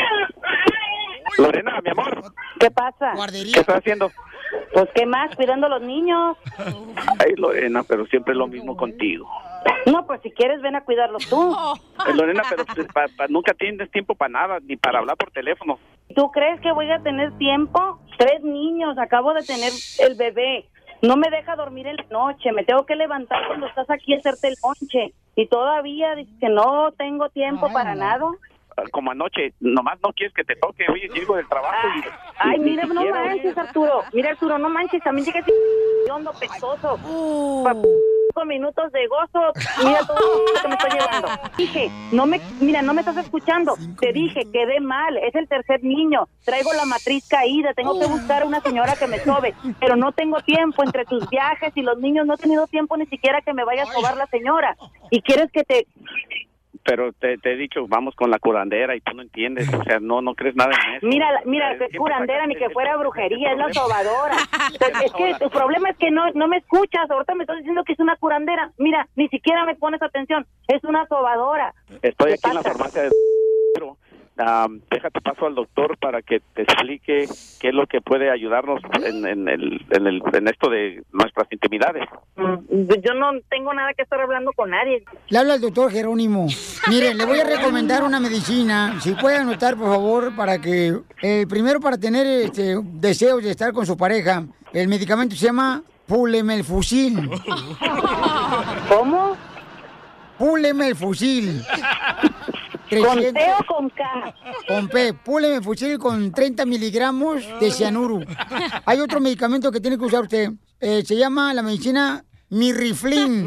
Lorena, mi amor, ¿Qué pasa? ¿qué estás haciendo? Pues, ¿qué más? Cuidando a los niños. Ay, Lorena, pero siempre es lo mismo contigo. No, pues si quieres, ven a cuidarlos tú. Ay, Lorena, pero pues, pa- pa- nunca tienes tiempo para nada, ni para hablar por teléfono. ¿Tú crees que voy a tener tiempo? Tres niños, acabo de tener el bebé. No me deja dormir en la noche, me tengo que levantar cuando estás aquí a hacerte el lonche. Y todavía dices que no tengo tiempo Ay, para no. nada. Como anoche, nomás no quieres que te toque. Oye, llego del trabajo y... Ay, y- mira, ni no siquiera, manches, oye. Arturo. Mira, Arturo, no manches, también llegas hondo pesoso. Pa- Cinco minutos de gozo. Mira todo lo que me estoy llevando. Dije, no me, mira, no me estás escuchando. Te dije, quedé mal. Es el tercer niño. Traigo la matriz caída. Tengo que buscar a una señora que me sobe. Pero no tengo tiempo entre tus viajes y los niños. No he tenido tiempo ni siquiera que me vaya a sobar la señora. Y quieres que te... Pero te, te he dicho, vamos con la curandera y tú no entiendes. O sea, no no crees nada en eso. Mira, mira, O sea, que siempre curandera sacas ni que el- fuera el- brujería, el es la problema. sobadora. Es que tu problema es que no, no me escuchas. Ahorita me estás diciendo que es una curandera. Mira, ni siquiera me pones atención. Es una sobadora. Estoy ¿Qué aquí en la pasa? farmacia de... um, déjate paso al doctor para que te explique qué es lo que puede ayudarnos en, en, el, en, el, en esto de nuestras intimidades. Yo no tengo nada que estar hablando con nadie. Le habla el doctor Jerónimo. Mire, le voy a recomendar una medicina, si puede anotar, por favor, para que, eh, primero para tener este, deseos de estar con su pareja, el medicamento se llama Pulemelfusil. ¿Cómo? Pulemelfusil. ¿Con T o con K? Con P. Pulemelfusil con treinta miligramos de cianuro. Hay otro medicamento que tiene que usar usted. Eh, se llama la medicina Mirriflin.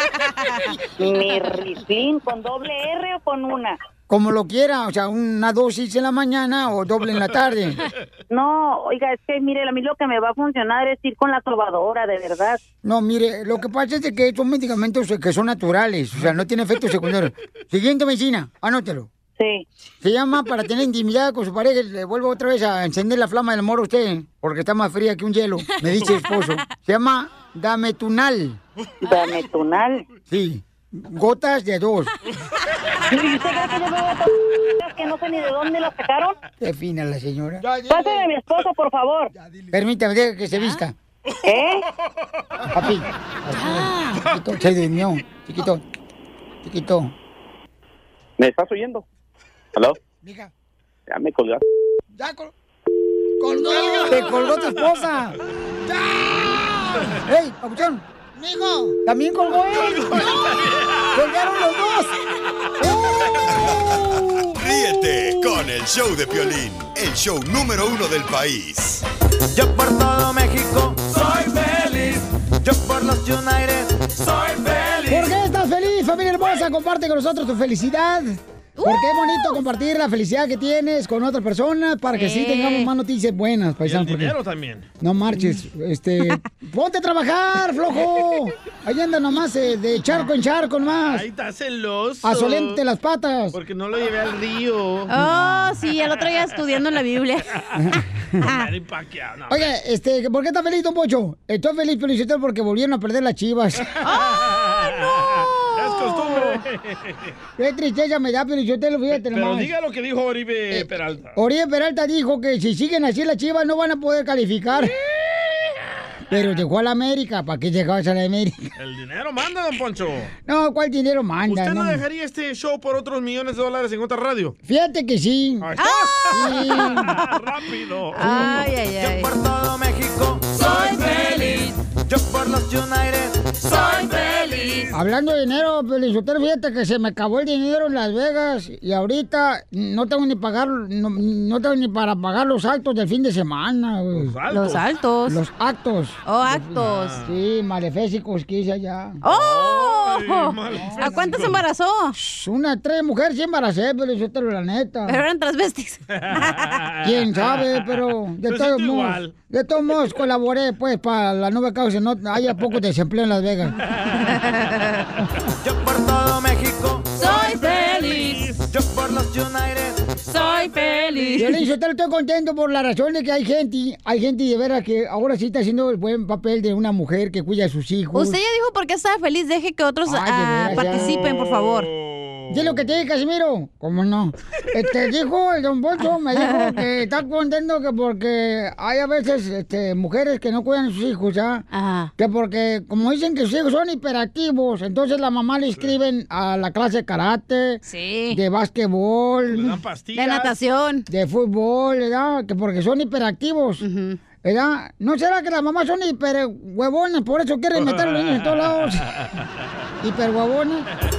Mirriflin, ¿con doble R o con una? Como lo quiera, o sea, una dosis en la mañana o doble en la tarde. No, oiga, es que mire, a mí lo que me va a funcionar es ir con la sobadora, de verdad. No, mire, lo que pasa es que son medicamentos que son naturales, o sea, no tiene efectos secundarios. Siguiente medicina, anótelo. Sí. Se llama para tener intimidad con su pareja. Le vuelvo otra vez a encender la flama del amor a usted, porque está más fría que un hielo, me dice el esposo. Se llama Dametunal. ¿Dametunal? Sí, gotas de dos. ¿Y usted cree que yo me voy a tomar que no sé ni de dónde la sacaron? Qué fina la señora. Pásame a mi esposo, por favor. Permítame, deje que se vista. ¿Eh? Papi. Chiquito, se durmió. Chiquito. Chiquito. ¿Me estás oyendo? ¿Aló? Mija. Ya me colgaste. Ya col... colgó. Te colgó tu esposa. ¡Ya! ¡Ey, papuchón! ¡Mijo! ¡También colgó él! ¡Colgaron los dos! ¡Oh! Ríete con el show de Piolín, el show número uno del país. Yo por todo México soy feliz. Yo por los United soy feliz. ¿Por qué estás feliz, familia hermosa? Comparte con nosotros tu felicidad. Porque es bonito compartir la felicidad que tienes con otras personas para que sí, Sí. tengamos más noticias buenas, Y paisanos. el porque- dinero también. No marches, este, ponte a trabajar, flojo. Ahí anda nomás eh, de charco en charco nomás. Ahí está celoso. Asolente las patas. Porque no lo llevé al río. Oh, sí, el otro día estudiando en la Biblia. Manny Pacquiao, no. Oye, este, ¿por qué está feliz, don Pocho? Estoy feliz, Felicitero, porque volvieron a perder las Chivas. Es costumbre. Qué tristeza me da, Felicitero, fíjate Pero nomás. diga lo que dijo Eh, Oribe Peralta. Oribe Peralta dijo que si siguen así las Chivas no van a poder calificar. Pero llegó a la América. ¿Para qué llegabas a la América? El dinero manda, don Poncho. No, ¿cuál dinero manda? ¿Usted no, No. dejaría este show por otros millones de dólares en otra radio? Fíjate que sí. Ahí está. Sí. Rápido. Ay, ay, ay. Yo por todo México soy feliz. Yo por los United soy feliz. Hablando de dinero, Pelizotero, fíjate que se me acabó el dinero en Las Vegas y ahorita no tengo ni pagar, no, no tengo ni para pagar los actos del fin de semana. güey. ¿Los altos? Los altos. Los actos. Oh, actos. Sí, malefésicos que hice allá. ¡Oh! ¿A cuántas se embarazó? Una, tres mujeres sí embaracé, Pelizotero, la neta. Pero eran transvestis. Quién sabe, pero de Se todos siente modos, igual. de todos modos colaboré pues para la nueva causa, no haya poco desempleo en Las Vegas. Yo por todo México soy feliz. Yo por los United soy feliz. Yo le estoy contento por la razón de que hay gente, hay gente de veras que ahora sí está haciendo el buen papel de una mujer que cuida a sus hijos. Usted ya dijo por qué estaba feliz. Deje que otros Ay, de ah, veras, ya. participen, por favor. ¿Qué es lo que te dije, Casimiro? ¿Cómo no? Este, dijo el don Poncho, me dijo que está contento que porque hay a veces este, mujeres que no cuidan a sus hijos, ¿ah? Que porque, como dicen que sus hijos son hiperactivos, entonces la mamá le inscriben a la clase de karate, de básquetbol, De natación. de fútbol, ¿verdad? Que porque son hiperactivos. ¿Verdad? ¿No será que las mamás son hiper huevonas? Por eso quieren meter a los niños en todos lados. Hiper huevonas.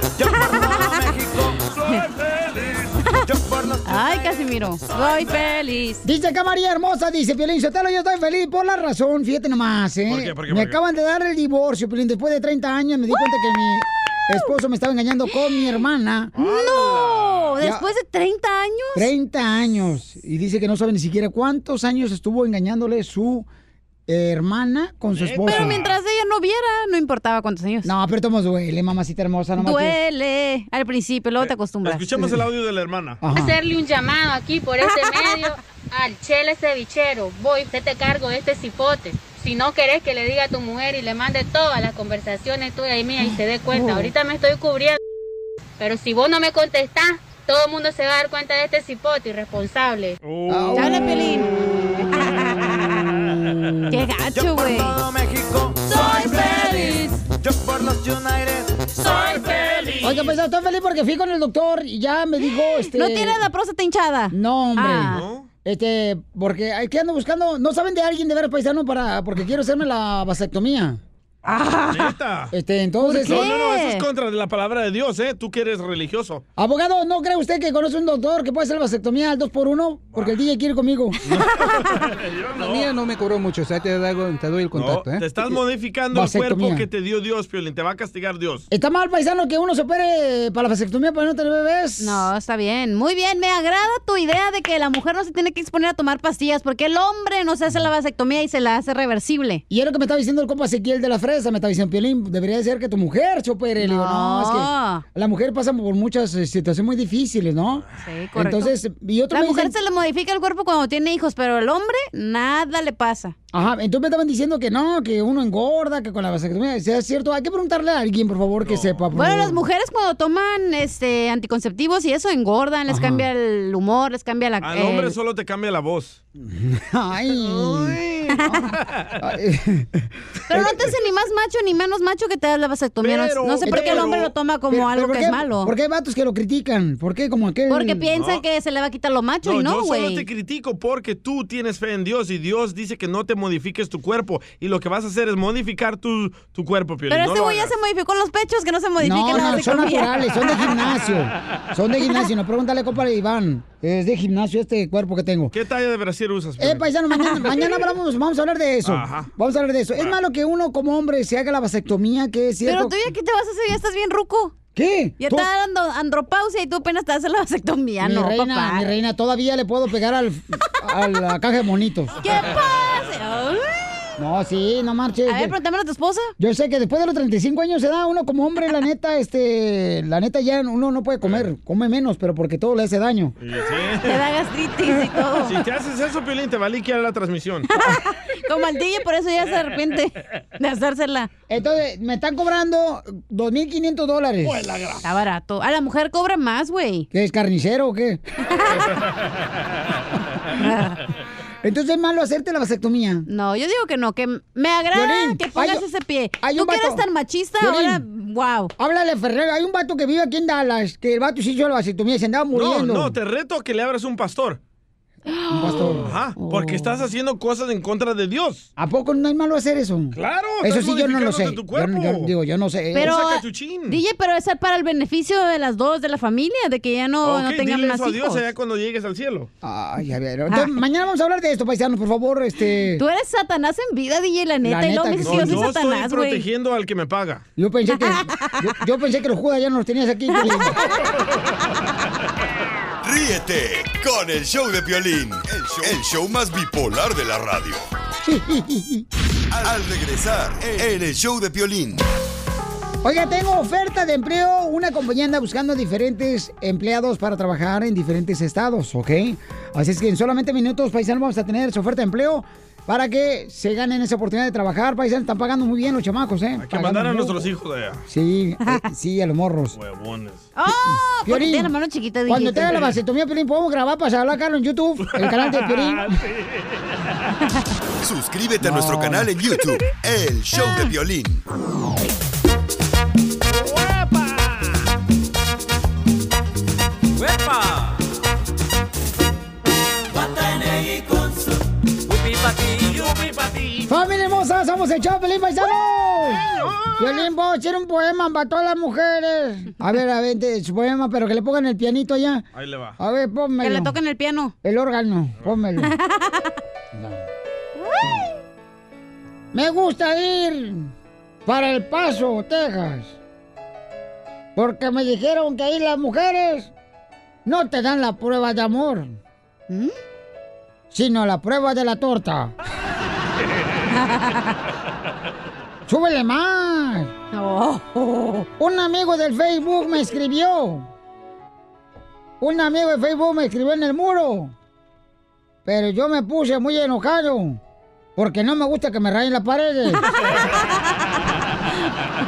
Ay, Casimiro. Soy feliz. Dice acá María Hermosa, dice Piolín Sotelo, yo estoy feliz por la razón, fíjate nomás, ¿eh? ¿Por qué? ¿Por qué? Me ¿Por qué? acaban de dar el divorcio, Piolín, después de treinta años me di cuenta que mi esposo me estaba engañando con mi hermana. ¡No! Ya- ¿Después de treinta años? treinta años. Y dice que no sabe ni siquiera cuántos años estuvo engañándole su eh, hermana con su esposo. Pero mientras ella no viera, no importaba cuántos años. No, pero todos duele, mamacita hermosa. No Duele al principio, luego te acostumbras. Escuchemos el audio de la hermana. Hacerle un llamado aquí por este medio al Chele Cevichero. Voy, usted te cargo de este cipote. Si no querés que le diga a tu mujer y le mande todas las conversaciones tuyas y mías y se dé cuenta, ahorita me estoy cubriendo. Pero si vos no me contestás, Todo el mundo se va a dar cuenta de este cipote irresponsable. Oh. ¡Dale, Pelín! ¡Qué gacho, güey! Yo por todo México soy feliz. Yo por los United soy feliz. Oiga, pues estoy feliz porque fui con el doctor y ya me dijo, este... ¿No tienes la próstata hinchada? No, hombre. Ah. ¿No? Este, porque hay que ando buscando... ¿No saben de alguien de ver paisano para... porque quiero hacerme la vasectomía? Ah, ¿neta? Este, entonces... No, no, no, eso es contra de la palabra de Dios, ¿eh? Tú que eres religioso. Abogado, ¿no cree usted que conoce un doctor que puede hacer la vasectomía al dos por uno? Porque el D J quiere ir conmigo. La mía no me cobró mucho, o sea, te, doy- te doy el contacto, No, ¿eh? te estás modificando el Vasectomía. cuerpo que te dio Dios, Piolín. Te va a castigar Dios. ¿Está mal, paisano, que uno se opere para la vasectomía para no tener bebés? No, está bien. Muy bien, me agrada tu idea de que la mujer no se tiene que exponer a tomar pastillas porque el hombre no se hace la vasectomía y se la hace reversible. Y es lo que me estaba diciendo el compa Ezequiel de la Fresa, me estaba diciendo, Piolín, debería de ser que tu mujer se opere. Le digo, no, es que la mujer pasa por muchas eh, situaciones muy difíciles, ¿no? Sí, correcto. Entonces, y otro La me mujer dicen- se le modifica el cuerpo cuando tiene hijos, pero el hombre nada le pasa. Ajá, entonces me estaban diciendo que no, que uno engorda, que con la vasectomía, ¿sea cierto? Hay que preguntarle a alguien, por favor, que sepa. por Bueno, favor. las mujeres cuando toman este anticonceptivos y eso engordan, les Ajá. cambia el humor, les cambia la... Al el- hombre solo te cambia la voz. Ay. Pero no te hace ni más macho ni menos macho que te da la vasectomía. No- Pero- no sé por qué el pero- hombre lo toma como pero- algo pero que ¿por es qué- malo. ¿Por qué hay vatos que lo critican? ¿Por qué como aquel...? Porque piensan que se le va a quitar lo macho No, y no, yo solo güey. te critico porque tú tienes fe en Dios y Dios dice que no te modifiques tu cuerpo y lo que vas a hacer es modificar tu, tu cuerpo, Piolín. Pero no este lo güey ya hagas. se modificó los pechos, que no se modifique No, la no, son vasectomía. naturales, son de gimnasio. Son de gimnasio. No, pregúntale, compa Iván. Es de gimnasio este cuerpo que tengo. ¿Qué talla de brasier usas, Eh, Piolín? paisano, mañana, mañana hablamos, vamos a hablar de eso. Ajá. Vamos a hablar de eso. Es malo que uno como hombre se haga la vasectomía, que es cierto. Pero tú ya, ¿qué te vas a hacer? Ya estás bien ruco. ¿Qué? Ya Tú- está dando andropausia y tú apenas te haces la vasectomía. mi No, reina, papá. mi reina, todavía le puedo pegar al, a la caja de monitos. ¿Qué pasa? Ay. No, sí, no marches. A ver, pregúntame a tu esposa. Yo sé que después de los treinta y cinco años se da uno como hombre, la neta, este, la neta ya uno no puede comer, come menos, pero porque todo le hace daño. Sí, sí. Te da gastritis y todo. Si te haces eso, Piolín, te va a liquear la transmisión. Como al D J, por eso ya se arrepiente de hacérsela. Entonces, me están cobrando dos mil quinientos dólares. Está barato. A la mujer cobra más, güey. ¿Qué es carnicero o qué? Entonces es malo hacerte la vasectomía. No, yo digo que no, que me agrada Violín, que pongas hay- ese pie. hay Tú un que eres vato- tan machista, Violín, ahora, wow. Háblale a Ferrer, hay un vato que vive aquí en Dallas, que el vato se hizo la vasectomía y se andaba No, muriendo. no, te reto a que le abras un pastor. Un pastor. Ajá, porque estás haciendo cosas en contra de Dios. ¿A poco no es malo hacer eso? Claro, Eso estás sí yo no lo sé. modificándote tu Yo, no- cuerpo. yo digo, yo no sé. Pero, Usa cachuchín. D J, pero es para el beneficio de las dos, de la familia, de que ya no, no Ok, tengan dile más eso a hijos. Dios allá cuando llegues al cielo. Ay, a ver. Entonces, mañana vamos a hablar de esto, paisanos, por favor, este... Tú eres Satanás en vida, D J, la neta. y luego me que dices No, que yo yo soy estoy Satanás, güey. protegiendo al que me paga. Yo pensé que, yo, yo pensé que los judas ya no los tenías aquí. Piolín. Ríete con el show de Piolín, el show, el show más bipolar de la radio. Al regresar en el show de Piolín. Oiga, tengo oferta de empleo. Una compañía anda buscando diferentes empleados para trabajar en diferentes estados, ¿ok? Así es que en solamente minutos, paisanos, vamos a tener su oferta de empleo para que se ganen esa oportunidad de trabajar. Paisanos, están pagando muy bien los chamacos, ¿eh? Hay que mandar a nuestros hijos allá. Sí, eh, sí, a los morros. Huevones. ¡Oh! Porque Piolín, tiene la mano chiquita, D J. Cuando te haga la vasectomía, Piolín, podemos grabar para sacarlo acá en YouTube, el canal de Piolín. Suscríbete a No. nuestro canal en YouTube, El Show de Piolín. ¡Huepa! ¡Familia hermosa! ¡Somos el show, Piolín, paisanos! Piolín, puedo hacer un poema para todas las mujeres. A ver, a ver, de- su poema, pero que le pongan el pianito allá. Ahí le va. A ver, pónmelo. Que le toquen el piano. El órgano, pónmelo. Me gusta ir para El Paso, Texas. Porque me dijeron que ahí las mujeres no te dan la prueba de amor, sino la prueba de la torta. ¡Súbele más! Un amigo del Facebook me escribió. Un amigo de Facebook me escribió en el muro. Pero yo me puse muy enojado. Porque no me gusta que me rayen las paredes.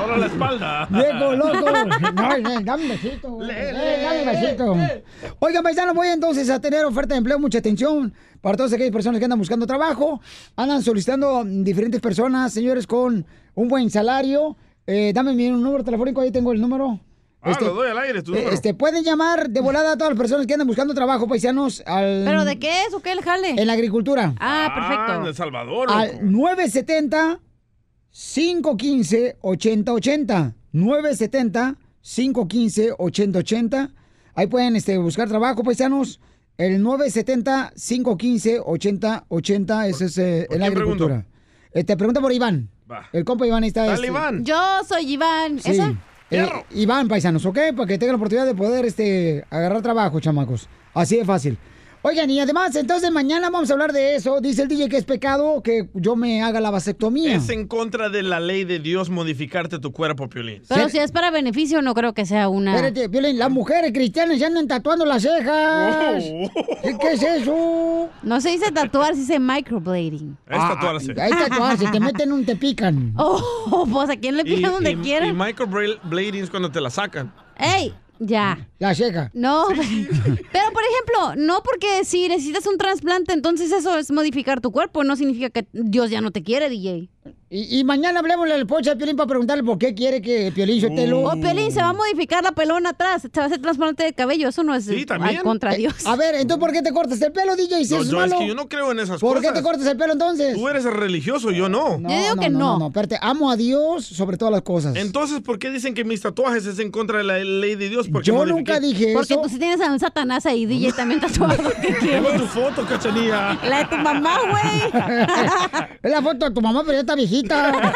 Ahora la espalda. Viejo loco. No, no, dame un besito. Le, Eh, le, dame un besito. le. Oigan, paisanos, voy entonces a tener oferta de empleo. Mucha atención para todas aquellas personas que andan buscando trabajo. Andan solicitando diferentes personas, señores, con un buen salario. Eh, dame mi número telefónico, ahí tengo el número. Ah, lo doy al aire, tu número. Este, pueden llamar de volada a todas las personas que andan buscando trabajo, paisanos. Al, ¿Pero de qué es o qué el jale? En la agricultura. Ah, perfecto. Ah, en El Salvador. Al nueve siete cero, cinco uno cinco, ocho cero ocho cero. nueve siete cero, cinco uno cinco, ocho cero ocho cero. Ahí pueden este, buscar trabajo, paisanos. El nueve siete cero, cinco uno cinco, ocho cero ocho cero. Ese es eh, en la agricultura. Eh, te pregunta por Iván. Va. El compa Iván está. Dale, este, Iván. Yo soy Iván. Sí. ¿Esa? Eh, Iván, paisanos, ¿ok? Para que tengan la oportunidad de poder este, agarrar trabajo, chamacos. Así de fácil. Oigan, y además, entonces mañana vamos a hablar de eso. Dice el D J que es pecado que yo me haga la vasectomía. Es en contra de la ley de Dios modificarte tu cuerpo, Piolín. Pero si es para beneficio, no creo que sea una... Espérate, Piolín, las mujeres cristianas ya andan tatuando las cejas. ¿Qué, qué es eso? No se dice tatuar, se dice microblading. Es tatuarse. Ahí tatuarse, te meten un, te pican. Oh, pues a quién le pican donde y, quiera. Y microblading es cuando te la sacan. ¡Ey! Ya. La ceja. No, pero por ejemplo, no porque si necesitas un trasplante, entonces eso es modificar tu cuerpo, no significa que Dios ya no te quiere, D J. Y, y mañana hablemos al pocha de Piolín para preguntarle por qué quiere que Piolín Sotelo... O Piolín, se va a modificar la pelona atrás, se va a hacer trasplante de cabello, eso no es Sí, también. ay, contra Eh, Dios. a ver, entonces, ¿por qué te cortas el pelo, D J? Si No, eso es yo, es malo. que yo no creo en esas ¿Por cosas. qué te cortas el pelo entonces? Tú eres el religioso, yo no. No, no, no, no, espérate, amo a Dios sobre todas las cosas. Entonces, ¿por qué dicen que mis tatuajes es en contra de la ley de Dios? Porque Yo modifiqué- nunca dije Porque eso. tú sí tienes a un satanás ahí, D J también tatuado. ¿Qué Lleva quieres? tu foto, cachanilla. La de tu mamá, güey. Es la foto de tu mamá, pero ya está viejita.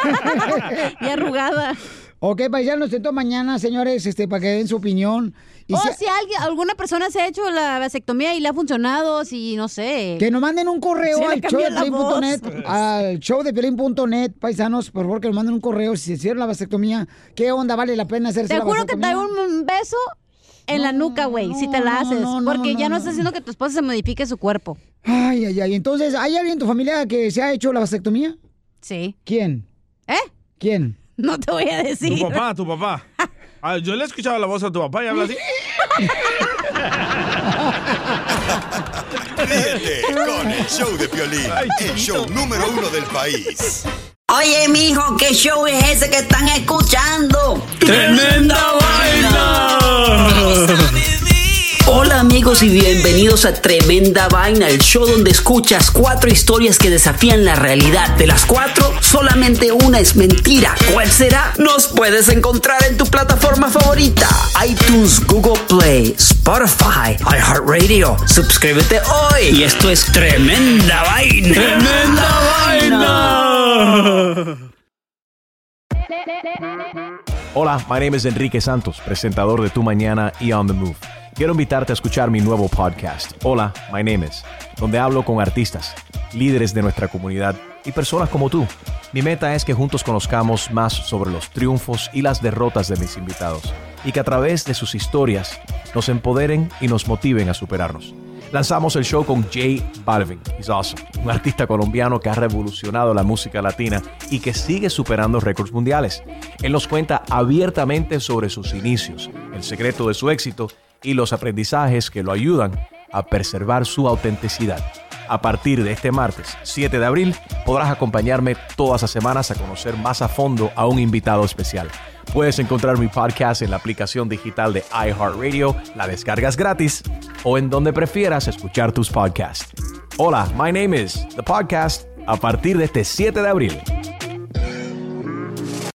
Y arrugada. Ok, paisanos, entonces mañana, señores, este, para que den su opinión. Y O si- si alguien, alguna persona se ha hecho la vasectomía y le ha funcionado, si no sé. Que nos manden un correo Sí, le al show cambió de la Piolín punto net, voz. al show de Piolín punto net, paisanos, por favor, que nos manden un correo si se hicieron la vasectomía. ¿Qué onda vale la pena hacerse Te la juro que te vasectomía? da un beso en la nuca, güey, si te la no, haces. no, no, porque no, ya no, no. estás haciendo que tu esposa se modifique su cuerpo. Ay, ay, ay. Entonces, ¿hay alguien en tu familia que se ha hecho la vasectomía? Sí. ¿Quién? ¿Eh? ¿Quién? No te voy a decir. Tu papá, tu papá. Ah, yo le he escuchado la voz a tu papá y habla así. Ríete con el show de Piolín, el show número uno del país. Oye, mijo, ¿qué show es ese que están escuchando? ¡Tremenda Vaina! Hola amigos y bienvenidos a Tremenda Vaina, el show donde escuchas cuatro historias que desafían la realidad. De las cuatro, solamente una es mentira. ¿Cuál será? Nos puedes encontrar en tu plataforma favorita: iTunes, Google Play, Spotify, iHeartRadio. Suscríbete hoy. Y esto es Tremenda Vaina. ¡Tremenda Vaina! Hola, my name is Enrique Santos, presentador de Tu Mañana y On The Move. Quiero invitarte a escuchar mi nuevo podcast, Hola, my name is, donde hablo con artistas, líderes de nuestra comunidad y personas como tú. Mi meta es que juntos conozcamos más sobre los triunfos y las derrotas de mis invitados y que a través de sus historias nos empoderen y nos motiven a superarnos. Lanzamos el show con J Balvin, he's awesome, un artista colombiano que ha revolucionado la música latina y que sigue superando récords mundiales. Él nos cuenta abiertamente sobre sus inicios, el secreto de su éxito y los aprendizajes que lo ayudan a preservar su autenticidad. A partir de este martes, siete de abril, podrás acompañarme todas las semanas a conocer más a fondo a un invitado especial. Puedes encontrar mi podcast en la aplicación digital de iHeartRadio, la descargas gratis, o en donde prefieras escuchar tus podcasts. Hola, my name is The Podcast, a partir de este siete de abril.